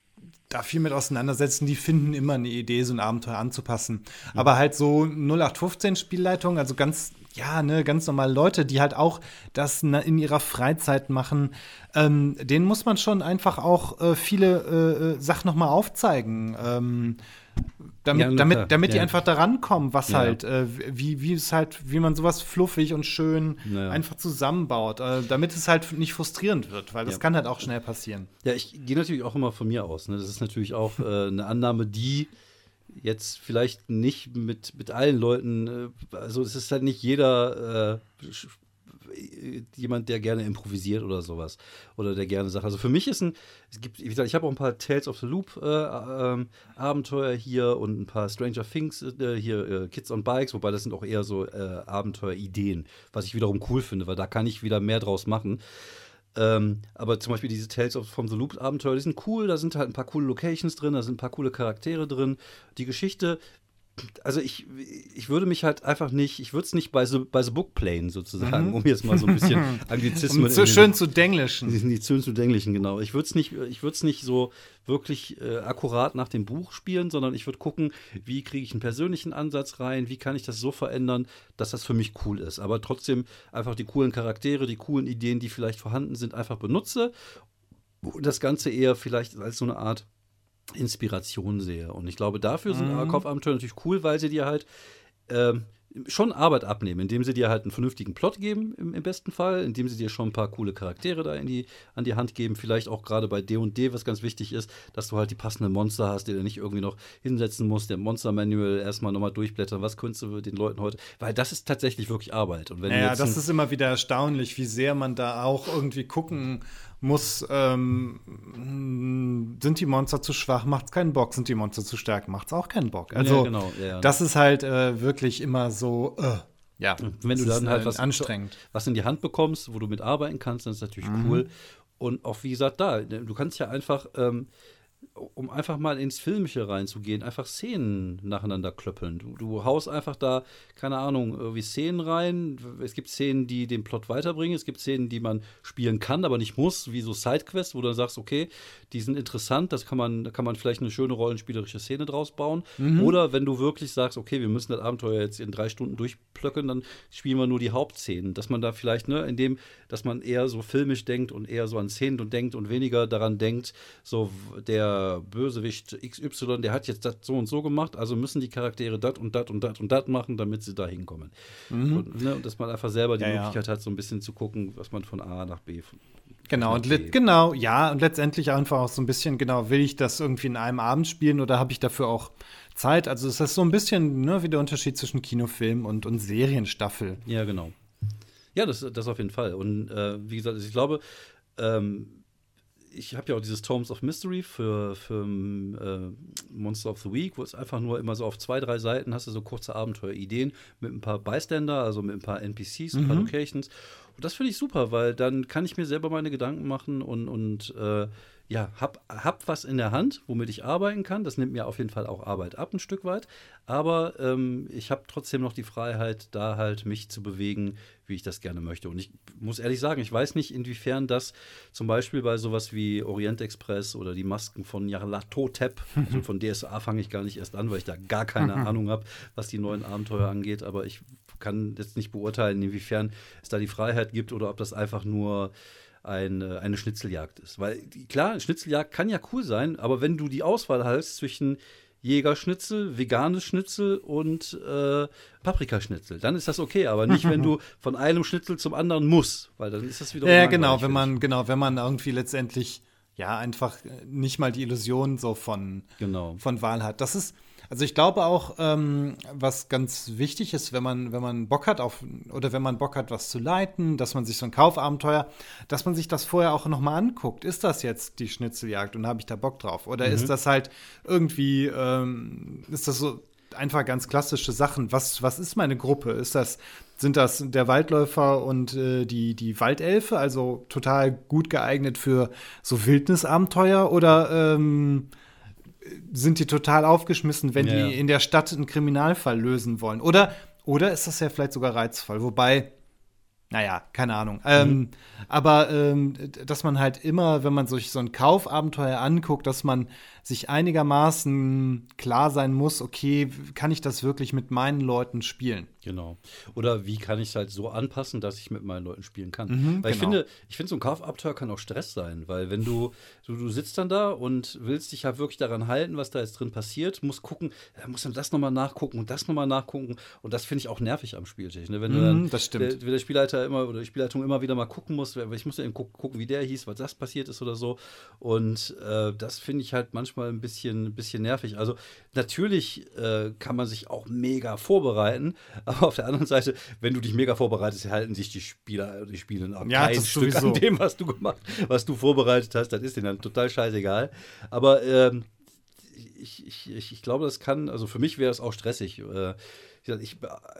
da viel mit auseinandersetzen, die finden immer eine Idee, so ein Abenteuer anzupassen. Mhm. Aber halt so null acht fünfzehn Spielleitung, also ganz, ja, ne, ganz normale Leute, die halt auch das in ihrer Freizeit machen, ähm, denen muss man schon einfach auch äh, viele äh, Sachen noch mal aufzeigen. Ähm, Damit, Ja, damit, klar. damit die Ja. einfach da rankommen, was Ja. halt, äh, wie, wie es halt, wie man sowas fluffig und schön Ja. einfach zusammenbaut, äh, damit es halt nicht frustrierend wird, weil das Ja. kann halt auch schnell passieren. Ja, ich gehe natürlich auch immer von mir aus. Ne? Das ist natürlich auch äh, eine Annahme, die jetzt vielleicht nicht mit, mit allen Leuten, äh, also es ist halt nicht jeder äh, sch- jemand, der gerne improvisiert oder sowas. Oder der gerne sagt. Also für mich ist ein, es gibt, wie gesagt, ich habe auch ein paar Tales of the Loop äh, ähm, Abenteuer hier und ein paar Stranger Things äh, hier, äh, Kids on Bikes, wobei das sind auch eher so äh, Abenteuerideen, was ich wiederum cool finde, weil da kann ich wieder mehr draus machen. Ähm, aber zum Beispiel diese Tales of from the Loop Abenteuer, die sind cool, da sind halt ein paar coole Locations drin, da sind ein paar coole Charaktere drin. Die Geschichte, also ich, ich würde mich halt einfach nicht, ich würde es nicht bei so, bei so Book playen sozusagen, Mhm. um jetzt mal so ein bisschen Anglizismen Um so in den- schön zu denglischen. in die Zünden zu denglischen, genau. Ich würde es nicht, ich würde es nicht so wirklich äh, akkurat nach dem Buch spielen, sondern ich würde gucken, wie kriege ich einen persönlichen Ansatz rein, wie kann ich das so verändern, dass das für mich cool ist. Aber trotzdem einfach die coolen Charaktere, die coolen Ideen, die vielleicht vorhanden sind, einfach benutze und das Ganze eher vielleicht als so eine Art Inspiration sehe. Und ich glaube, dafür sind Mhm. Kaufabenteuer natürlich cool, weil sie dir halt ähm, schon Arbeit abnehmen, indem sie dir halt einen vernünftigen Plot geben, im, im besten Fall, indem sie dir schon ein paar coole Charaktere da in die, an die Hand geben. Vielleicht auch gerade bei D und D, was ganz wichtig ist, dass du halt die passenden Monster hast, die du nicht irgendwie noch hinsetzen musst, der Monster-Manual erstmal nochmal durchblättern, was könntest du den Leuten heute, weil das ist tatsächlich wirklich Arbeit. Und wenn du Naja, jetzt das ein- ist immer wieder erstaunlich, wie sehr man da auch irgendwie gucken muss, ähm, sind die Monster zu schwach, macht's keinen Bock, sind die Monster zu stark, macht's auch keinen Bock. Also, ja, genau, ja, ja. das ist halt äh, wirklich immer so, äh, ja, Wenn du das dann ist, halt äh, was anstrengend. was in die Hand bekommst, wo du mitarbeiten kannst, dann ist natürlich Mhm. cool. Und auch wie gesagt, da, du kannst ja einfach, ähm, um einfach mal ins Filmische reinzugehen, einfach Szenen nacheinander klöppeln. Du, du haust einfach da, keine Ahnung, irgendwie Szenen rein. Es gibt Szenen, die den Plot weiterbringen. Es gibt Szenen, die man spielen kann, aber nicht muss, wie so Sidequests, wo du dann sagst, okay, die sind interessant, das kann man, da kann man vielleicht eine schöne rollenspielerische Szene draus bauen. Mhm. Oder wenn du wirklich sagst, okay, wir müssen das Abenteuer jetzt in drei Stunden durchplöcken, dann spielen wir nur die Hauptszenen. Dass man da vielleicht, ne, in dem, dass man eher so filmisch denkt und eher so an Szenen und denkt und weniger daran denkt, so der Bösewicht X Y, der hat jetzt das so und so gemacht, also müssen die Charaktere das und das und das und das machen, damit sie da hinkommen. Mhm. Und, ne, und dass man einfach selber die Ja, ja. Möglichkeit hat, so ein bisschen zu gucken, was man von A nach B von Genau, und le- genau, ja, und letztendlich einfach auch so ein bisschen, genau, will ich das irgendwie in einem Abend spielen oder habe ich dafür auch Zeit? Also es ist so ein bisschen, ne, wie der Unterschied zwischen Kinofilm und, und Serienstaffel. Ja, genau. Ja, das, das auf jeden Fall. Und äh, wie gesagt, also ich glaube, ähm, ich habe ja auch dieses Tomes of Mystery für, für äh, Monster of the Week, wo es einfach nur immer so auf zwei, drei Seiten hast du so kurze Abenteuerideen mit ein paar Bystander, also mit ein paar N P Cs, ein paar Mhm. Locations. Und das finde ich super, weil dann kann ich mir selber meine Gedanken machen und, und äh, ja, hab, hab was in der Hand, womit ich arbeiten kann. Das nimmt mir auf jeden Fall auch Arbeit ab, ein Stück weit. Aber ähm, ich habe trotzdem noch die Freiheit, da halt mich zu bewegen, wie ich das gerne möchte. Und ich muss ehrlich sagen, ich weiß nicht, inwiefern das zum Beispiel bei sowas wie Orient Express oder die Masken von Nyarlathotep, also von D S A fange ich gar nicht erst an, weil ich da gar keine Ahnung habe, was die neuen Abenteuer angeht. Aber ich kann jetzt nicht beurteilen, inwiefern es da die Freiheit gibt oder ob das einfach nur eine, eine Schnitzeljagd ist. Weil die- klar, Schnitzeljagd kann ja cool sein, aber wenn du die Auswahl hast zwischen Jägerschnitzel, veganes Schnitzel und äh, Paprikaschnitzel, dann ist das okay, aber nicht, wenn du von einem Schnitzel zum anderen musst, weil dann ist das wieder Ja, genau, wenn man, genau, wenn man irgendwie letztendlich ja einfach nicht mal die Illusion so von, Genau. von Wahl hat. Das ist, also ich glaube auch, ähm, was ganz wichtig ist, wenn man, wenn man Bock hat auf, oder wenn man Bock hat, was zu leiten, dass man sich so ein Kaufabenteuer, dass man sich das vorher auch noch mal anguckt. Ist das jetzt die Schnitzeljagd und habe ich da Bock drauf? Oder Mhm. ist das halt irgendwie, ähm, ist das so einfach ganz klassische Sachen? Was, was ist meine Gruppe? Ist das, sind das der Waldläufer und äh, die, die Waldelfe, also total gut geeignet für so Wildnisabenteuer? Oder ähm, sind die total aufgeschmissen, wenn Ja, ja. die in der Stadt einen Kriminalfall lösen wollen? Oder, oder ist das ja vielleicht sogar reizvoll? Wobei, Naja, keine Ahnung. Mhm. Ähm, aber ähm, dass man halt immer, wenn man sich so ein Kaufabenteuer anguckt, dass man sich einigermaßen klar sein muss, okay, kann ich das wirklich mit meinen Leuten spielen? Genau. Oder wie kann ich es halt so anpassen, dass ich mit meinen Leuten spielen kann? Mhm, weil ich genau. finde, ich finde, so ein Kaufabenteuer kann auch Stress sein, weil wenn du, du, du sitzt dann da und willst dich halt wirklich daran halten, was da jetzt drin passiert, musst gucken, ja, musst dann das nochmal nachgucken und das nochmal nachgucken. Und das finde ich auch nervig am Spieltisch. Ne? Wenn du dann, Mhm, das stimmt. Der, der Spielleiter immer oder die Spielleitung immer wieder mal gucken muss, weil ich muss ja eben gucken, gucken, wie der hieß, was das passiert ist oder so. Und äh, das finde ich halt manchmal ein bisschen, ein bisschen nervig. Also natürlich äh, kann man sich auch mega vorbereiten, aber auf der anderen Seite, wenn du dich mega vorbereitest, halten sich die Spieler, die Spielen ab Ja, kein das Stück sowieso. an dem, was du gemacht, was du vorbereitet hast. Das ist denen dann total scheißegal. Aber ähm, ich, ich, ich, ich glaube, das kann, also für mich wäre es auch stressig. Äh, Ich,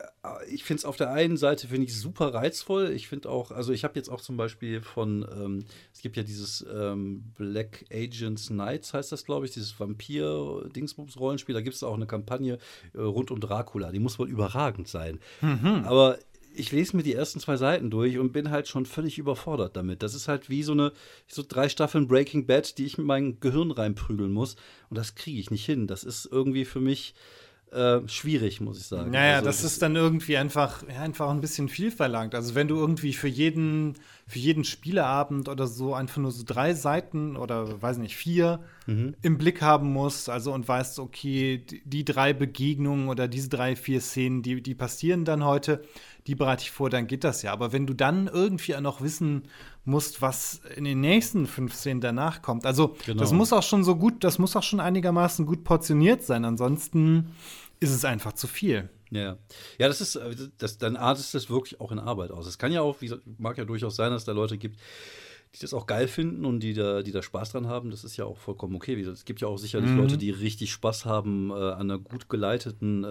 ich finde es auf der einen Seite finde ich super reizvoll. Ich finde auch, also ich habe jetzt auch zum Beispiel von, ähm, es gibt ja dieses ähm, Black Agents Nights, heißt das, glaube ich, dieses Vampir-Dingsbums-Rollenspiel. Da gibt es auch eine Kampagne äh, rund um Dracula. Die muss wohl überragend sein. Mhm. Aber ich lese mir die ersten zwei Seiten durch und bin halt schon völlig überfordert damit. Das ist halt wie so eine, so drei Staffeln Breaking Bad, die ich mit meinem Gehirn reinprügeln muss. Und das kriege ich nicht hin. Das ist irgendwie für mich Äh, schwierig, muss ich sagen. Naja, also, das ist dann irgendwie einfach, ja, einfach ein bisschen viel verlangt. Also wenn du irgendwie für jeden, für jeden Spieleabend oder so einfach nur so drei Seiten oder weiß nicht, vier mhm. im Blick haben musst, also und weißt, okay, die, die drei Begegnungen oder diese drei, vier Szenen, die, die passieren dann heute, die bereite ich vor, dann geht das ja. Aber wenn du dann irgendwie auch noch wissen musst, was in den nächsten fünf Szenen danach kommt, also Genau. das muss auch schon so gut, das muss auch schon einigermaßen gut portioniert sein. Ansonsten ist es einfach zu viel. Ja, ja, das ist, das, dann artet das wirklich auch in Arbeit aus. Es kann ja auch, wie gesagt, mag ja durchaus sein, dass es da Leute gibt, die das auch geil finden und die da, die da Spaß dran haben. Das ist ja auch vollkommen okay. Es gibt ja auch sicherlich Mhm. Leute, die richtig Spaß haben äh, an einer gut geleiteten äh,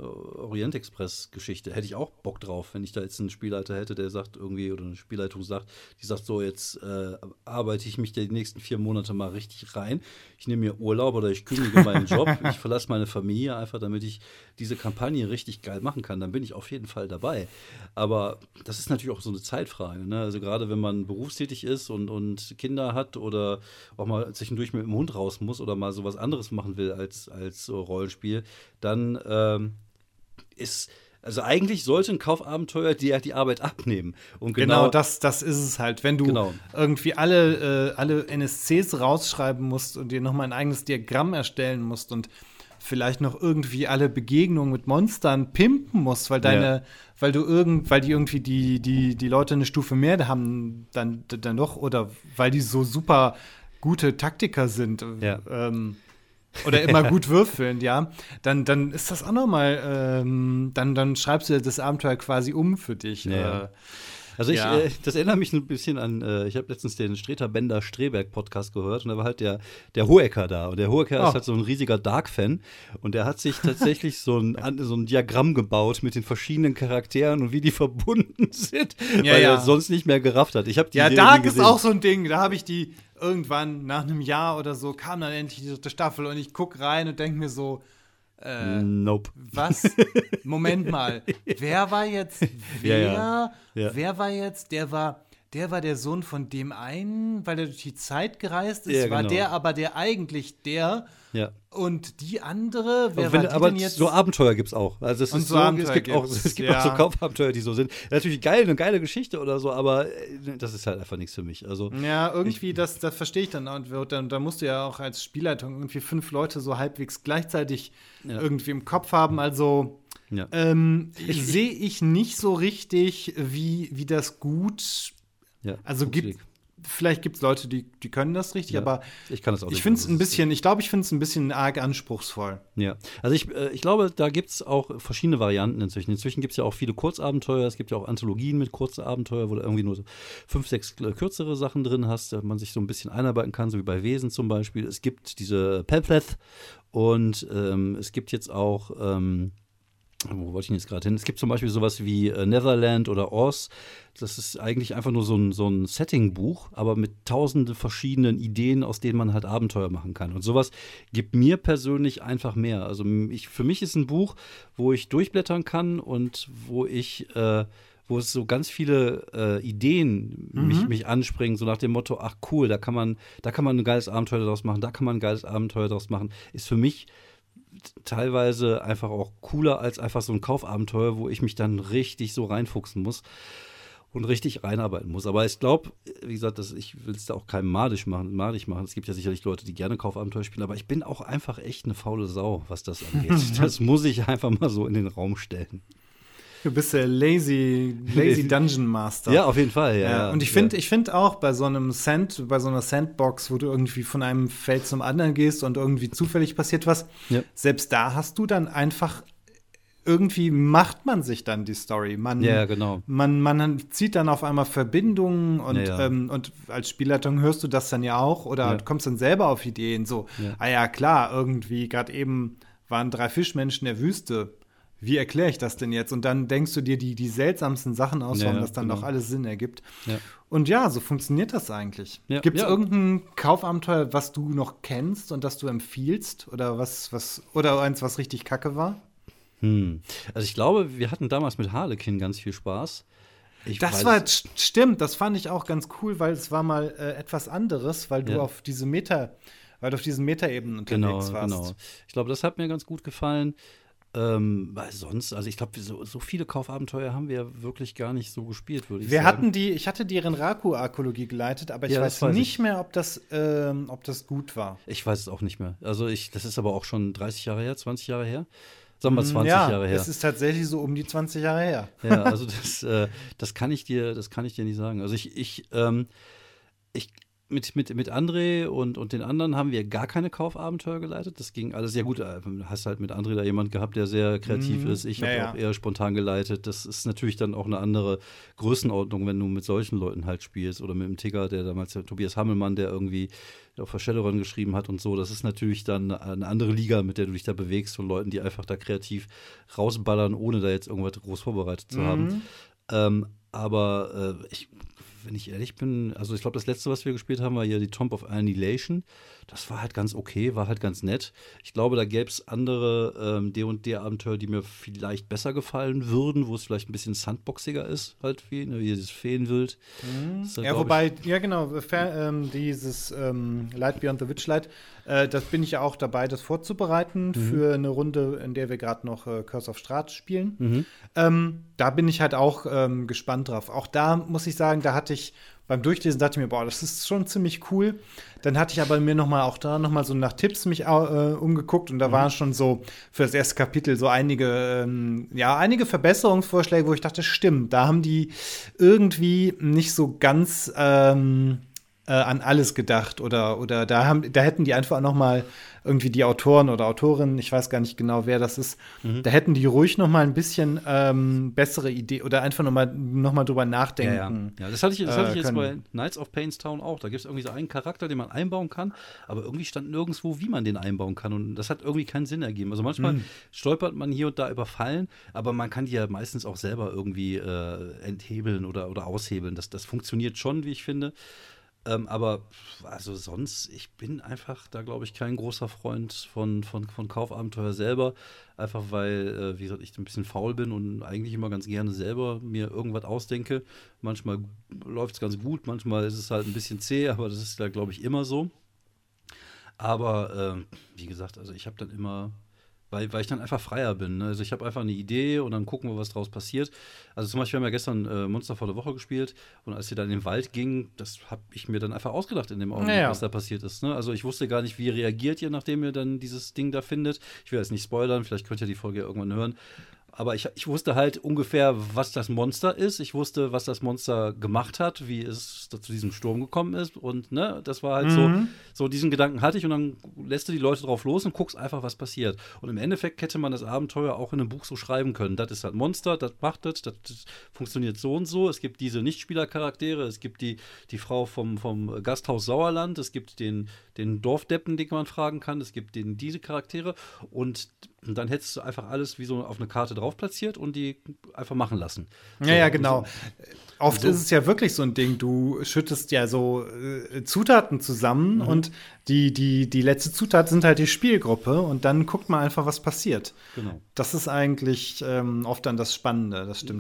Orient-Express-Geschichte. Hätte ich auch Bock drauf, wenn ich da jetzt einen Spielleiter hätte, der sagt irgendwie, oder eine Spielleitung sagt, die sagt so, jetzt äh, arbeite ich mich die nächsten vier Monate mal richtig rein. Ich nehme mir Urlaub oder ich kündige meinen Job. Ich verlasse meine Familie einfach, damit ich diese Kampagne richtig geil machen kann. Dann bin ich auf jeden Fall dabei. Aber das ist natürlich auch so eine Zeitfrage. Ne? Also gerade wenn man berufstätig ist und, und Kinder hat oder auch mal zwischendurch mit dem Hund raus muss oder mal sowas anderes machen will als, als so Rollenspiel, dann ähm, ist, also eigentlich sollte ein Kaufabenteuer dir die Arbeit abnehmen. Und genau, Genau, das, das ist es halt. Wenn du Genau. irgendwie alle, äh, alle N S Cs rausschreiben musst und dir nochmal ein eigenes Diagramm erstellen musst und vielleicht noch irgendwie alle Begegnungen mit Monstern pimpen musst, weil deine, Ja. weil du irgend, weil die irgendwie die, die, die Leute eine Stufe mehr haben, dann, dann doch, oder weil die so super gute Taktiker sind, Ja. ähm, oder immer gut würfeln, ja, dann, dann ist das auch nochmal, ähm, dann, dann schreibst du das Abenteuer quasi um für dich. Ja. Äh, Also ich, Ja. äh, das erinnert mich ein bisschen an, äh, ich habe letztens den Streter Bender Streberg Podcast gehört und da war halt der, der Hohecker da. Und der Hohecker Oh. ist halt so ein riesiger Dark-Fan und der hat sich tatsächlich so ein, an- so ein Diagramm gebaut mit den verschiedenen Charakteren und wie die verbunden sind, Ja, weil ja. er es sonst nicht mehr gerafft hat. Ich habe die Ja, Serie Dark nie ist gesehen. auch so ein Ding. Da habe ich die irgendwann nach einem Jahr oder so, kam dann endlich die dritte Staffel und ich guck rein und denke mir so, äh, Nope. was? Moment mal. Wer war jetzt wer? Ja, ja. Ja. Wer war jetzt? Der war, der war der Sohn von dem einen, weil er durch die Zeit gereist ist. Ja, War genau. der aber der eigentlich der? Ja. Und die andere, wer Aber, wenn, war die aber denn jetzt? so Abenteuer gibt's auch. Also es Und ist so so, es Abenteuer gibt auch, gibt's, es gibt ja. auch so Kaufabenteuer, die so sind. Natürlich geil, eine geile Geschichte oder so, aber äh, das ist halt einfach nichts für mich. Also Ja, irgendwie, das, das verstehe ich dann. Und dann, dann musst du ja auch als Spielleitung irgendwie fünf Leute so halbwegs gleichzeitig Ja. irgendwie im Kopf haben. Also ja. ähm, Ich- sehe ich nicht so richtig, wie, wie das gut. ja. Also gibt, Funktioniert. vielleicht gibt es Leute, die, die können das richtig, Ja. aber Ich kann das auch ich nicht. finde es Also ein es ist- bisschen, ich glaube, ich finde es ein bisschen arg anspruchsvoll. Ja, also ich, äh, ich glaube, da gibt es auch verschiedene Varianten inzwischen. Inzwischen gibt es ja auch viele Kurzabenteuer, es gibt ja auch Anthologien mit kurzen Abenteuer, wo du irgendwie nur so fünf, sechs äh, kürzere Sachen drin hast, da man sich so ein bisschen einarbeiten kann, so wie bei Wesen zum Beispiel. Es gibt diese Pamphlet und ähm, es gibt jetzt auch ähm, wo wollte ich denn jetzt gerade hin? Es gibt zum Beispiel sowas wie äh, Netherland oder Oz. Das ist eigentlich einfach nur so ein, so ein Setting-Buch, aber mit tausenden verschiedenen Ideen, aus denen man halt Abenteuer machen kann. Und sowas gibt mir persönlich einfach mehr. Also ich, für mich ist ein Buch, wo ich durchblättern kann und wo ich, äh, wo es so ganz viele äh, Ideen Mhm. mich, mich anspringen, so nach dem Motto, ach cool, da kann man, da kann man ein geiles Abenteuer daraus machen, da kann man ein geiles Abenteuer daraus machen, ist für mich teilweise einfach auch cooler als einfach so ein Kaufabenteuer, wo ich mich dann richtig so reinfuchsen muss und richtig reinarbeiten muss. Aber ich glaube, wie gesagt, das, ich will es da auch keinem madig machen, madig machen. Es gibt ja sicherlich Leute, die gerne Kaufabenteuer spielen, aber ich bin auch einfach echt eine faule Sau, was das angeht. Das muss ich einfach mal so in den Raum stellen. Du bist der Lazy, Lazy Dungeon Master. Ja, auf jeden Fall, ja. Ja, ja. und ich finde ich find auch bei so einem Sand, bei so einer Sandbox, wo du irgendwie von einem Feld zum anderen gehst und irgendwie zufällig passiert was, Ja. selbst da hast du dann einfach irgendwie macht man sich dann die Story. Man, Ja, genau. man, man zieht dann auf einmal Verbindungen und, Ja, ja. Ähm, und als Spielleitung hörst du das dann ja auch oder Ja. du kommst dann selber auf Ideen. So, Ja. ah ja, klar, irgendwie, gerade eben waren drei Fischmenschen in der Wüste. Wie erkläre ich das denn jetzt? Und dann denkst du dir die, die seltsamsten Sachen aus, Ja, warum ja, das dann genau. doch alles Sinn ergibt. Ja. Und ja, so funktioniert das eigentlich. Ja, Gibt es ja. irgendein Kaufabenteuer, was du noch kennst und das du empfiehlst? Oder was, was, oder eins, was richtig kacke war? Hm. Also ich glaube, wir hatten damals mit Harlequin ganz viel Spaß. Ich Das weiß- war, st- stimmt, das fand ich auch ganz cool, weil es war mal äh, etwas anderes, weil du Ja. auf diese Meta, weil du auf diesen Metaebenen Genau, unterwegs warst. genau. Ich glaube, das hat mir ganz gut gefallen. Ähm, weil sonst, also ich glaube, so, so viele Kaufabenteuer haben wir wirklich gar nicht so gespielt, würde ich Wir sagen. hatten die, ich hatte die Renraku-Arkologie geleitet, aber ich Ja, weiß, das weiß nicht ich. mehr, ob das, ähm, ob das gut war. Ich weiß es auch nicht mehr. Also ich, das ist aber auch schon dreißig Jahre her, zwanzig Jahre her. Sagen wir zwanzig Mm, ja, Jahre her. es ist tatsächlich so um die zwanzig Jahre her. Ja, also das, äh, das kann ich dir, das kann ich dir nicht sagen. Also ich, ich, ähm, ich mit, mit, mit André und, und den anderen haben wir gar keine Kaufabenteuer geleitet. Das ging alles sehr gut. Äh, Hast halt mit André da jemand gehabt, der sehr kreativ Mhm. ist. Ich Ja, habe ja. auch eher spontan geleitet. Das ist natürlich dann auch eine andere Größenordnung, wenn du mit solchen Leuten halt spielst. Oder mit dem Tigger, der damals, der Tobias Hammelmann, der irgendwie auf der Shadowrun geschrieben hat und so. Das ist natürlich dann eine andere Liga, mit der du dich da bewegst, von Leuten, die einfach da kreativ rausballern, ohne da jetzt irgendwas groß vorbereitet zu haben. Mhm. Ähm, aber äh, ich, wenn ich ehrlich bin, also ich glaube, das letzte, was wir gespielt haben, war ja die Tomb of Annihilation. Das war halt ganz okay, war halt ganz nett. Ich glaube, da gäbe es andere ähm, D und D-Abenteuer, die mir vielleicht besser gefallen würden, wo es vielleicht ein bisschen sandboxiger ist, halt wie, ne, wie dieses Feenwild. Das ist halt, Ja, glaub wobei, ja genau, Fa- ähm, dieses ähm, Light Beyond the Witchlight, äh, das bin ich ja auch dabei, das vorzubereiten Mhm. für eine Runde, in der wir gerade noch äh, Curse of Strahd spielen. Mhm. Ähm, da bin ich halt auch ähm, gespannt drauf. Auch da muss ich sagen, da hatte ich beim Durchlesen dachte ich mir, boah, das ist schon ziemlich cool. Dann hatte ich aber mir noch mal auch da noch mal so nach Tipps mich äh, umgeguckt und da waren schon so für das erste Kapitel so einige ähm, ja einige Verbesserungsvorschläge, wo ich dachte, stimmt, da haben die irgendwie nicht so ganz ähm, äh, an alles gedacht oder oder da haben da hätten die einfach noch mal irgendwie die Autoren oder Autorinnen, ich weiß gar nicht genau, wer das ist, Mhm. da hätten die ruhig noch mal ein bisschen ähm, bessere Idee oder einfach noch mal noch mal drüber Ja, ja. nachdenken. ja, das hatte ich, das hatte ich äh, jetzt bei können. Knights of Painstown auch. Da gibt es irgendwie so einen Charakter, den man einbauen kann, aber irgendwie stand nirgendwo, wie man den einbauen kann. Und das hat irgendwie keinen Sinn ergeben. Also manchmal Hm. stolpert man hier und da über Fallen, aber man kann die ja meistens auch selber irgendwie äh, enthebeln oder, oder aushebeln. Das, das funktioniert schon, wie ich finde. Ähm, aber also sonst, ich bin einfach da, glaube ich, kein großer Freund von, von, von Kaufabenteuer selber. Einfach weil, äh, wie gesagt, ich ein bisschen faul bin und eigentlich immer ganz gerne selber mir irgendwas ausdenke. Manchmal läuft es ganz gut, manchmal ist es halt ein bisschen zäh, aber das ist da, glaube ich, immer so. Aber ähm, wie gesagt, also ich habe dann immer, weil, weil ich dann einfach freier bin. Ne? Also ich habe einfach eine Idee und dann gucken wir, was draus passiert. Also zum Beispiel haben wir gestern äh, Monster vor der Woche gespielt und als wir dann in den Wald gingen, das habe ich mir dann einfach ausgedacht in dem Augenblick, Ja, ja. was da passiert ist. Ne? Also ich wusste gar nicht, wie reagiert ihr, nachdem ihr dann dieses Ding da findet. Ich will jetzt nicht spoilern, vielleicht könnt ihr die Folge ja irgendwann hören. Aber ich, ich wusste halt ungefähr, was das Monster ist. Ich wusste, was das Monster gemacht hat, wie es da zu diesem Sturm gekommen ist. Und ne, das war halt Mhm. so, so diesen Gedanken hatte ich. Und dann lässt du die Leute drauf los und guckst einfach, was passiert. Und im Endeffekt hätte man das Abenteuer auch in einem Buch so schreiben können. Das ist halt Monster, das macht das, das, das funktioniert so und so. Es gibt diese Nichtspielercharaktere, es gibt die, die Frau vom, vom Gasthaus Sauerland, es gibt den, den Dorfdeppen, den man fragen kann, es gibt den, diese Charaktere. Und Und dann hättest du einfach alles wie so auf eine Karte drauf platziert und die einfach machen lassen. Ja, So, ja, und genau. so- Oft so. ist es ja wirklich so ein Ding, du schüttest ja so äh, Zutaten zusammen Mhm. und die, die, die letzte Zutat sind halt die Spielgruppe und dann guckt man einfach, was passiert. Genau. Das ist eigentlich ähm, oft dann das Spannende, das stimmt schon.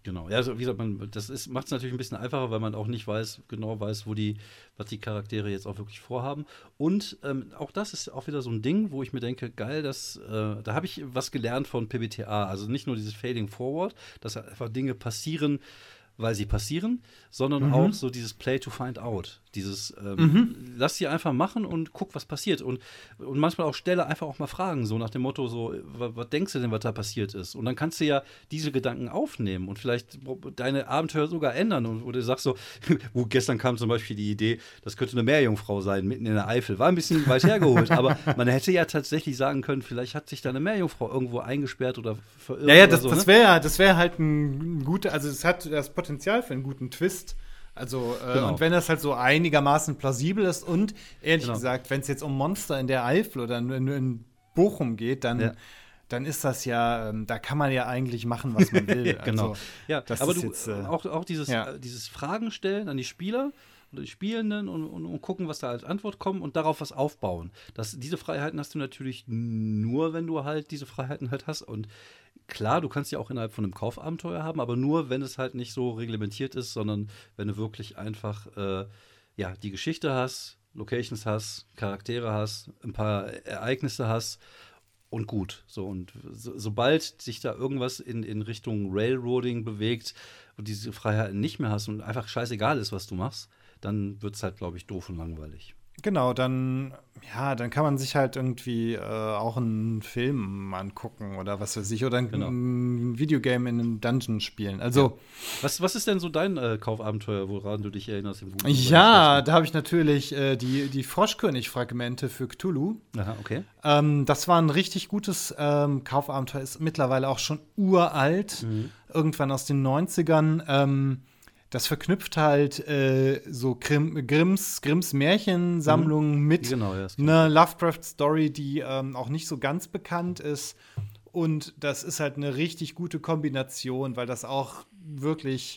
Genau, ja, also wie gesagt, man, das macht es natürlich ein bisschen einfacher, weil man auch nicht weiß, genau weiß, wo die, was die Charaktere jetzt auch wirklich vorhaben. Und ähm, auch das ist auch wieder so ein Ding, wo ich mir denke, geil, das, äh, da habe ich was gelernt von P B T A. Also nicht nur dieses Fading Forward, dass einfach Dinge passieren, weil sie passieren, sondern Mhm. auch so dieses Play to Find Out. Dieses, ähm, Mhm. lass sie einfach machen und guck, was passiert. Und, und manchmal auch stelle einfach auch mal Fragen, so nach dem Motto, so, was, was denkst du denn, was da passiert ist? Und dann kannst du ja diese Gedanken aufnehmen und vielleicht deine Abenteuer sogar ändern. Und, oder du sagst so, wo gestern kam zum Beispiel die Idee, das könnte eine Meerjungfrau sein, mitten in der Eifel. War ein bisschen weit hergeholt, aber man hätte ja tatsächlich sagen können, vielleicht hat sich da eine Meerjungfrau irgendwo eingesperrt oder verirrt. Ja, ja, oder das, so, das ne? wäre das wär halt ein guter, also es hat das Potenzial für einen guten Twist. Also, äh, Genau. und wenn das halt so einigermaßen plausibel ist und ehrlich Genau. gesagt, wenn es jetzt um Monster in der Eifel oder in, in, in Bochum geht, dann, Ja. dann ist das ja, ähm, da kann man ja eigentlich machen, was man will. Genau. Also, Ja, das aber ist du, jetzt, äh, auch, auch dieses, ja. äh, dieses Fragen stellen an die Spieler oder die Spielenden und, und, und gucken, was da als Antwort kommt und darauf was aufbauen. Das, diese Freiheiten hast du natürlich nur, wenn du halt diese Freiheiten halt hast. Und klar, du kannst ja auch innerhalb von einem Kaufabenteuer haben, aber nur, wenn es halt nicht so reglementiert ist, sondern wenn du wirklich einfach äh, ja, die Geschichte hast, Locations hast, Charaktere hast, ein paar Ereignisse hast und gut. So, und so, sobald sich da irgendwas in, in Richtung Railroading bewegt und diese Freiheiten nicht mehr hast und einfach scheißegal ist, was du machst, dann wird es halt, glaube ich, doof und langweilig. Genau, dann, ja, dann kann man sich halt irgendwie äh, auch einen Film angucken oder was weiß ich, oder ein, Genau. ein Videogame in einem Dungeon spielen. Also, Was, was ist denn so dein äh, Kaufabenteuer, woran du dich erinnerst? Im Guten ja, da habe ich natürlich äh, die, die Froschkönig-Fragmente für Cthulhu. Aha, okay. Ähm, das war ein richtig gutes ähm, Kaufabenteuer, ist mittlerweile auch schon uralt, Mhm. irgendwann aus den neunzigern. Ähm, das verknüpft halt äh, so Grimm, Grimms, Grimms Märchensammlungen mit Genau, ja. das kenn einer Lovecraft-Story, die ähm, auch nicht so ganz bekannt ist. Und das ist halt eine richtig gute Kombination, weil das auch wirklich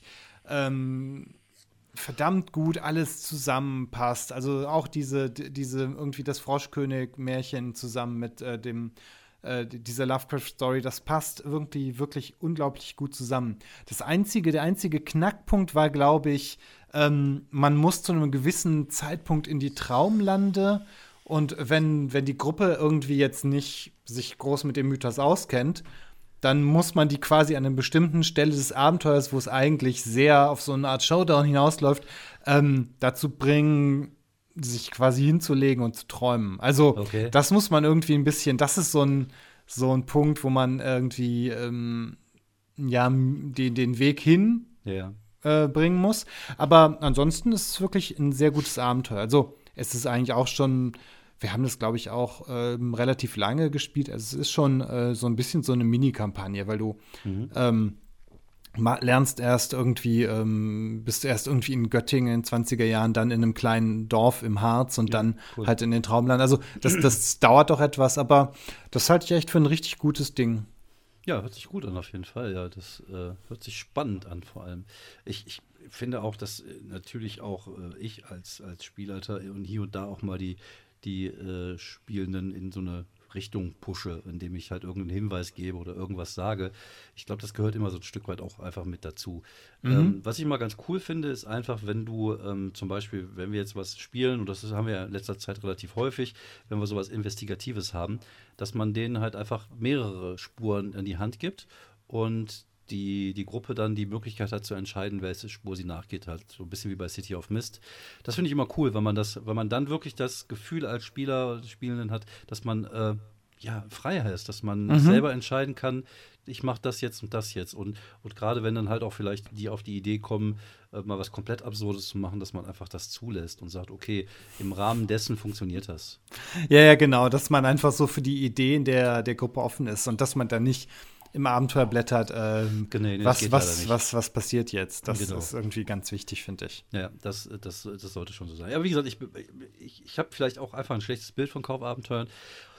ähm, verdammt gut alles zusammenpasst. Also auch diese, diese irgendwie das Froschkönig-Märchen zusammen mit äh, dem äh, dieser Lovecraft-Story, das passt irgendwie wirklich unglaublich gut zusammen. Das einzige, der einzige Knackpunkt war, glaube ich, ähm, man muss zu einem gewissen Zeitpunkt in die Traumlande. Und wenn, wenn die Gruppe irgendwie jetzt nicht sich groß mit dem Mythos auskennt, dann muss man die quasi an einer bestimmten Stelle des Abenteuers, wo es eigentlich sehr auf so eine Art Showdown hinausläuft, ähm, dazu bringen, sich quasi hinzulegen und zu träumen. Also, Okay. das muss man irgendwie ein bisschen, das ist so ein, so ein Punkt, wo man irgendwie ähm, ja, den, den Weg hin Ja. äh, bringen muss. Aber ansonsten ist es wirklich ein sehr gutes Abenteuer. Also, es ist eigentlich auch schon, wir haben das, glaube ich, auch ähm, relativ lange gespielt. Also, es ist schon äh, so ein bisschen so eine Mini-Kampagne, weil du Mhm. ähm, ma- lernst erst irgendwie, ähm, bist erst irgendwie in Göttingen in den zwanziger Jahren, dann in einem kleinen Dorf im Harz und Ja, dann cool. halt in den Traumland. Also, das, das dauert doch etwas, aber das halte ich echt für ein richtig gutes Ding. Ja, hört sich gut an auf jeden Fall. Ja, das äh, hört sich spannend an vor allem. Ich, ich finde auch, dass äh, natürlich auch äh, ich als, als Spielleiter und hier und da auch mal die, die äh, Spielenden in so eine Richtung pushe, indem ich halt irgendeinen Hinweis gebe oder irgendwas sage. Ich glaube, das gehört immer so ein Stück weit auch einfach mit dazu. Mhm. Ähm, was ich mal ganz cool finde, ist einfach, wenn du ähm, zum Beispiel, wenn wir jetzt was spielen, und das ist, haben wir ja in letzter Zeit relativ häufig, wenn wir sowas Investigatives haben, dass man denen halt einfach mehrere Spuren in die Hand gibt und die, die Gruppe dann die Möglichkeit hat zu entscheiden, welche Spur sie nachgeht, halt so ein bisschen wie bei City of Mist. Das finde ich immer cool, wenn man das, wenn man dann wirklich das Gefühl als Spieler, Spielenden hat, dass man äh, ja frei ist, dass man Mhm. selber entscheiden kann, ich mache das jetzt und das jetzt. Und, und gerade wenn dann halt auch vielleicht die auf die Idee kommen, äh, mal was komplett Absurdes zu machen, dass man einfach das zulässt und sagt, okay, im Rahmen dessen funktioniert das. Ja, ja, genau, dass man einfach so für die Ideen der, der Gruppe offen ist und dass man dann nicht im Abenteuer blättert, ähm, Genau, nee, das was, geht leider was, nicht. was, was passiert jetzt. Das Genau. ist irgendwie ganz wichtig, finde ich. Ja, das, das, das sollte schon so sein. Ja, wie gesagt, ich, ich, ich habe vielleicht auch einfach ein schlechtes Bild von Kaufabenteuern.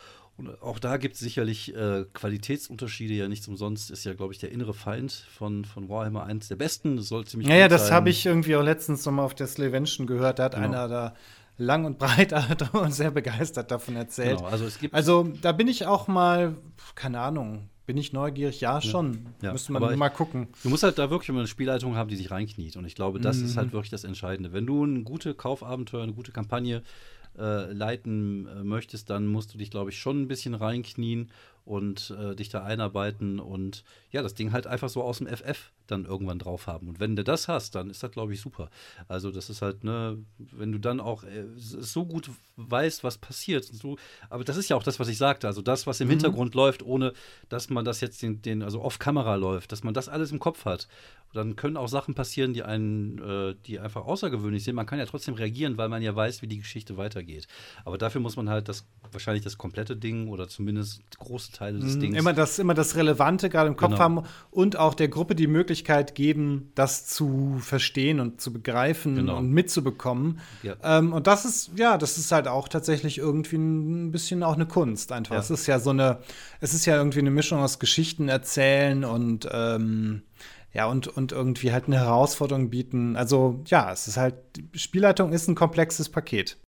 Und auch da gibt es sicherlich äh, Qualitätsunterschiede, ja nichts umsonst. Ist ja, glaube ich, der innere Feind von, von Warhammer eins der besten. Das soll ziemlich Ja, ja, gut das sein. habe ich irgendwie auch letztens noch mal auf der Slavention gehört. Da hat Genau. einer da lang und breit und sehr begeistert davon erzählt. Genau, also es gibt Also, da bin ich auch mal, keine Ahnung, Bin ich neugierig? Ja, schon. Ja. Müsste man Aber mal gucken. Du musst halt da wirklich immer eine Spielleitung haben, die sich reinkniet. Und ich glaube, das Mhm. ist halt wirklich das Entscheidende. Wenn du eine gute Kaufabenteuer, eine gute Kampagne äh, leiten äh, möchtest, dann musst du dich, glaube ich, schon ein bisschen reinknien und äh, dich da einarbeiten und ja, das Ding halt einfach so aus dem F F dann irgendwann drauf haben. Und wenn du das hast, dann ist das, glaube ich, super. Also das ist halt, ne, wenn du dann auch äh, so gut weißt, was passiert. So, aber das ist ja auch das, was ich sagte. Also das, was im Mhm. Hintergrund läuft, ohne dass man das jetzt den, den also off-Kamera läuft, dass man das alles im Kopf hat. Dann können auch Sachen passieren, die einen, äh, die einfach außergewöhnlich sind. Man kann ja trotzdem reagieren, weil man ja weiß, wie die Geschichte weitergeht. Aber dafür muss man halt das wahrscheinlich das komplette Ding oder zumindest große Teile des Mhm. Dings. Immer das, immer das Relevante gerade im Kopf Genau. haben und auch der Gruppe die Möglichkeit geben, das zu verstehen und zu begreifen Genau. und mitzubekommen. Ja. Ähm, und das ist, ja, das ist halt auch tatsächlich irgendwie ein bisschen auch eine Kunst einfach. Ja. Es ist ja so eine, es ist ja irgendwie eine Mischung aus Geschichten erzählen und ähm, ja, und, und irgendwie halt eine Herausforderung bieten. Also, ja, es ist halt, Spielleitung ist ein komplexes Paket.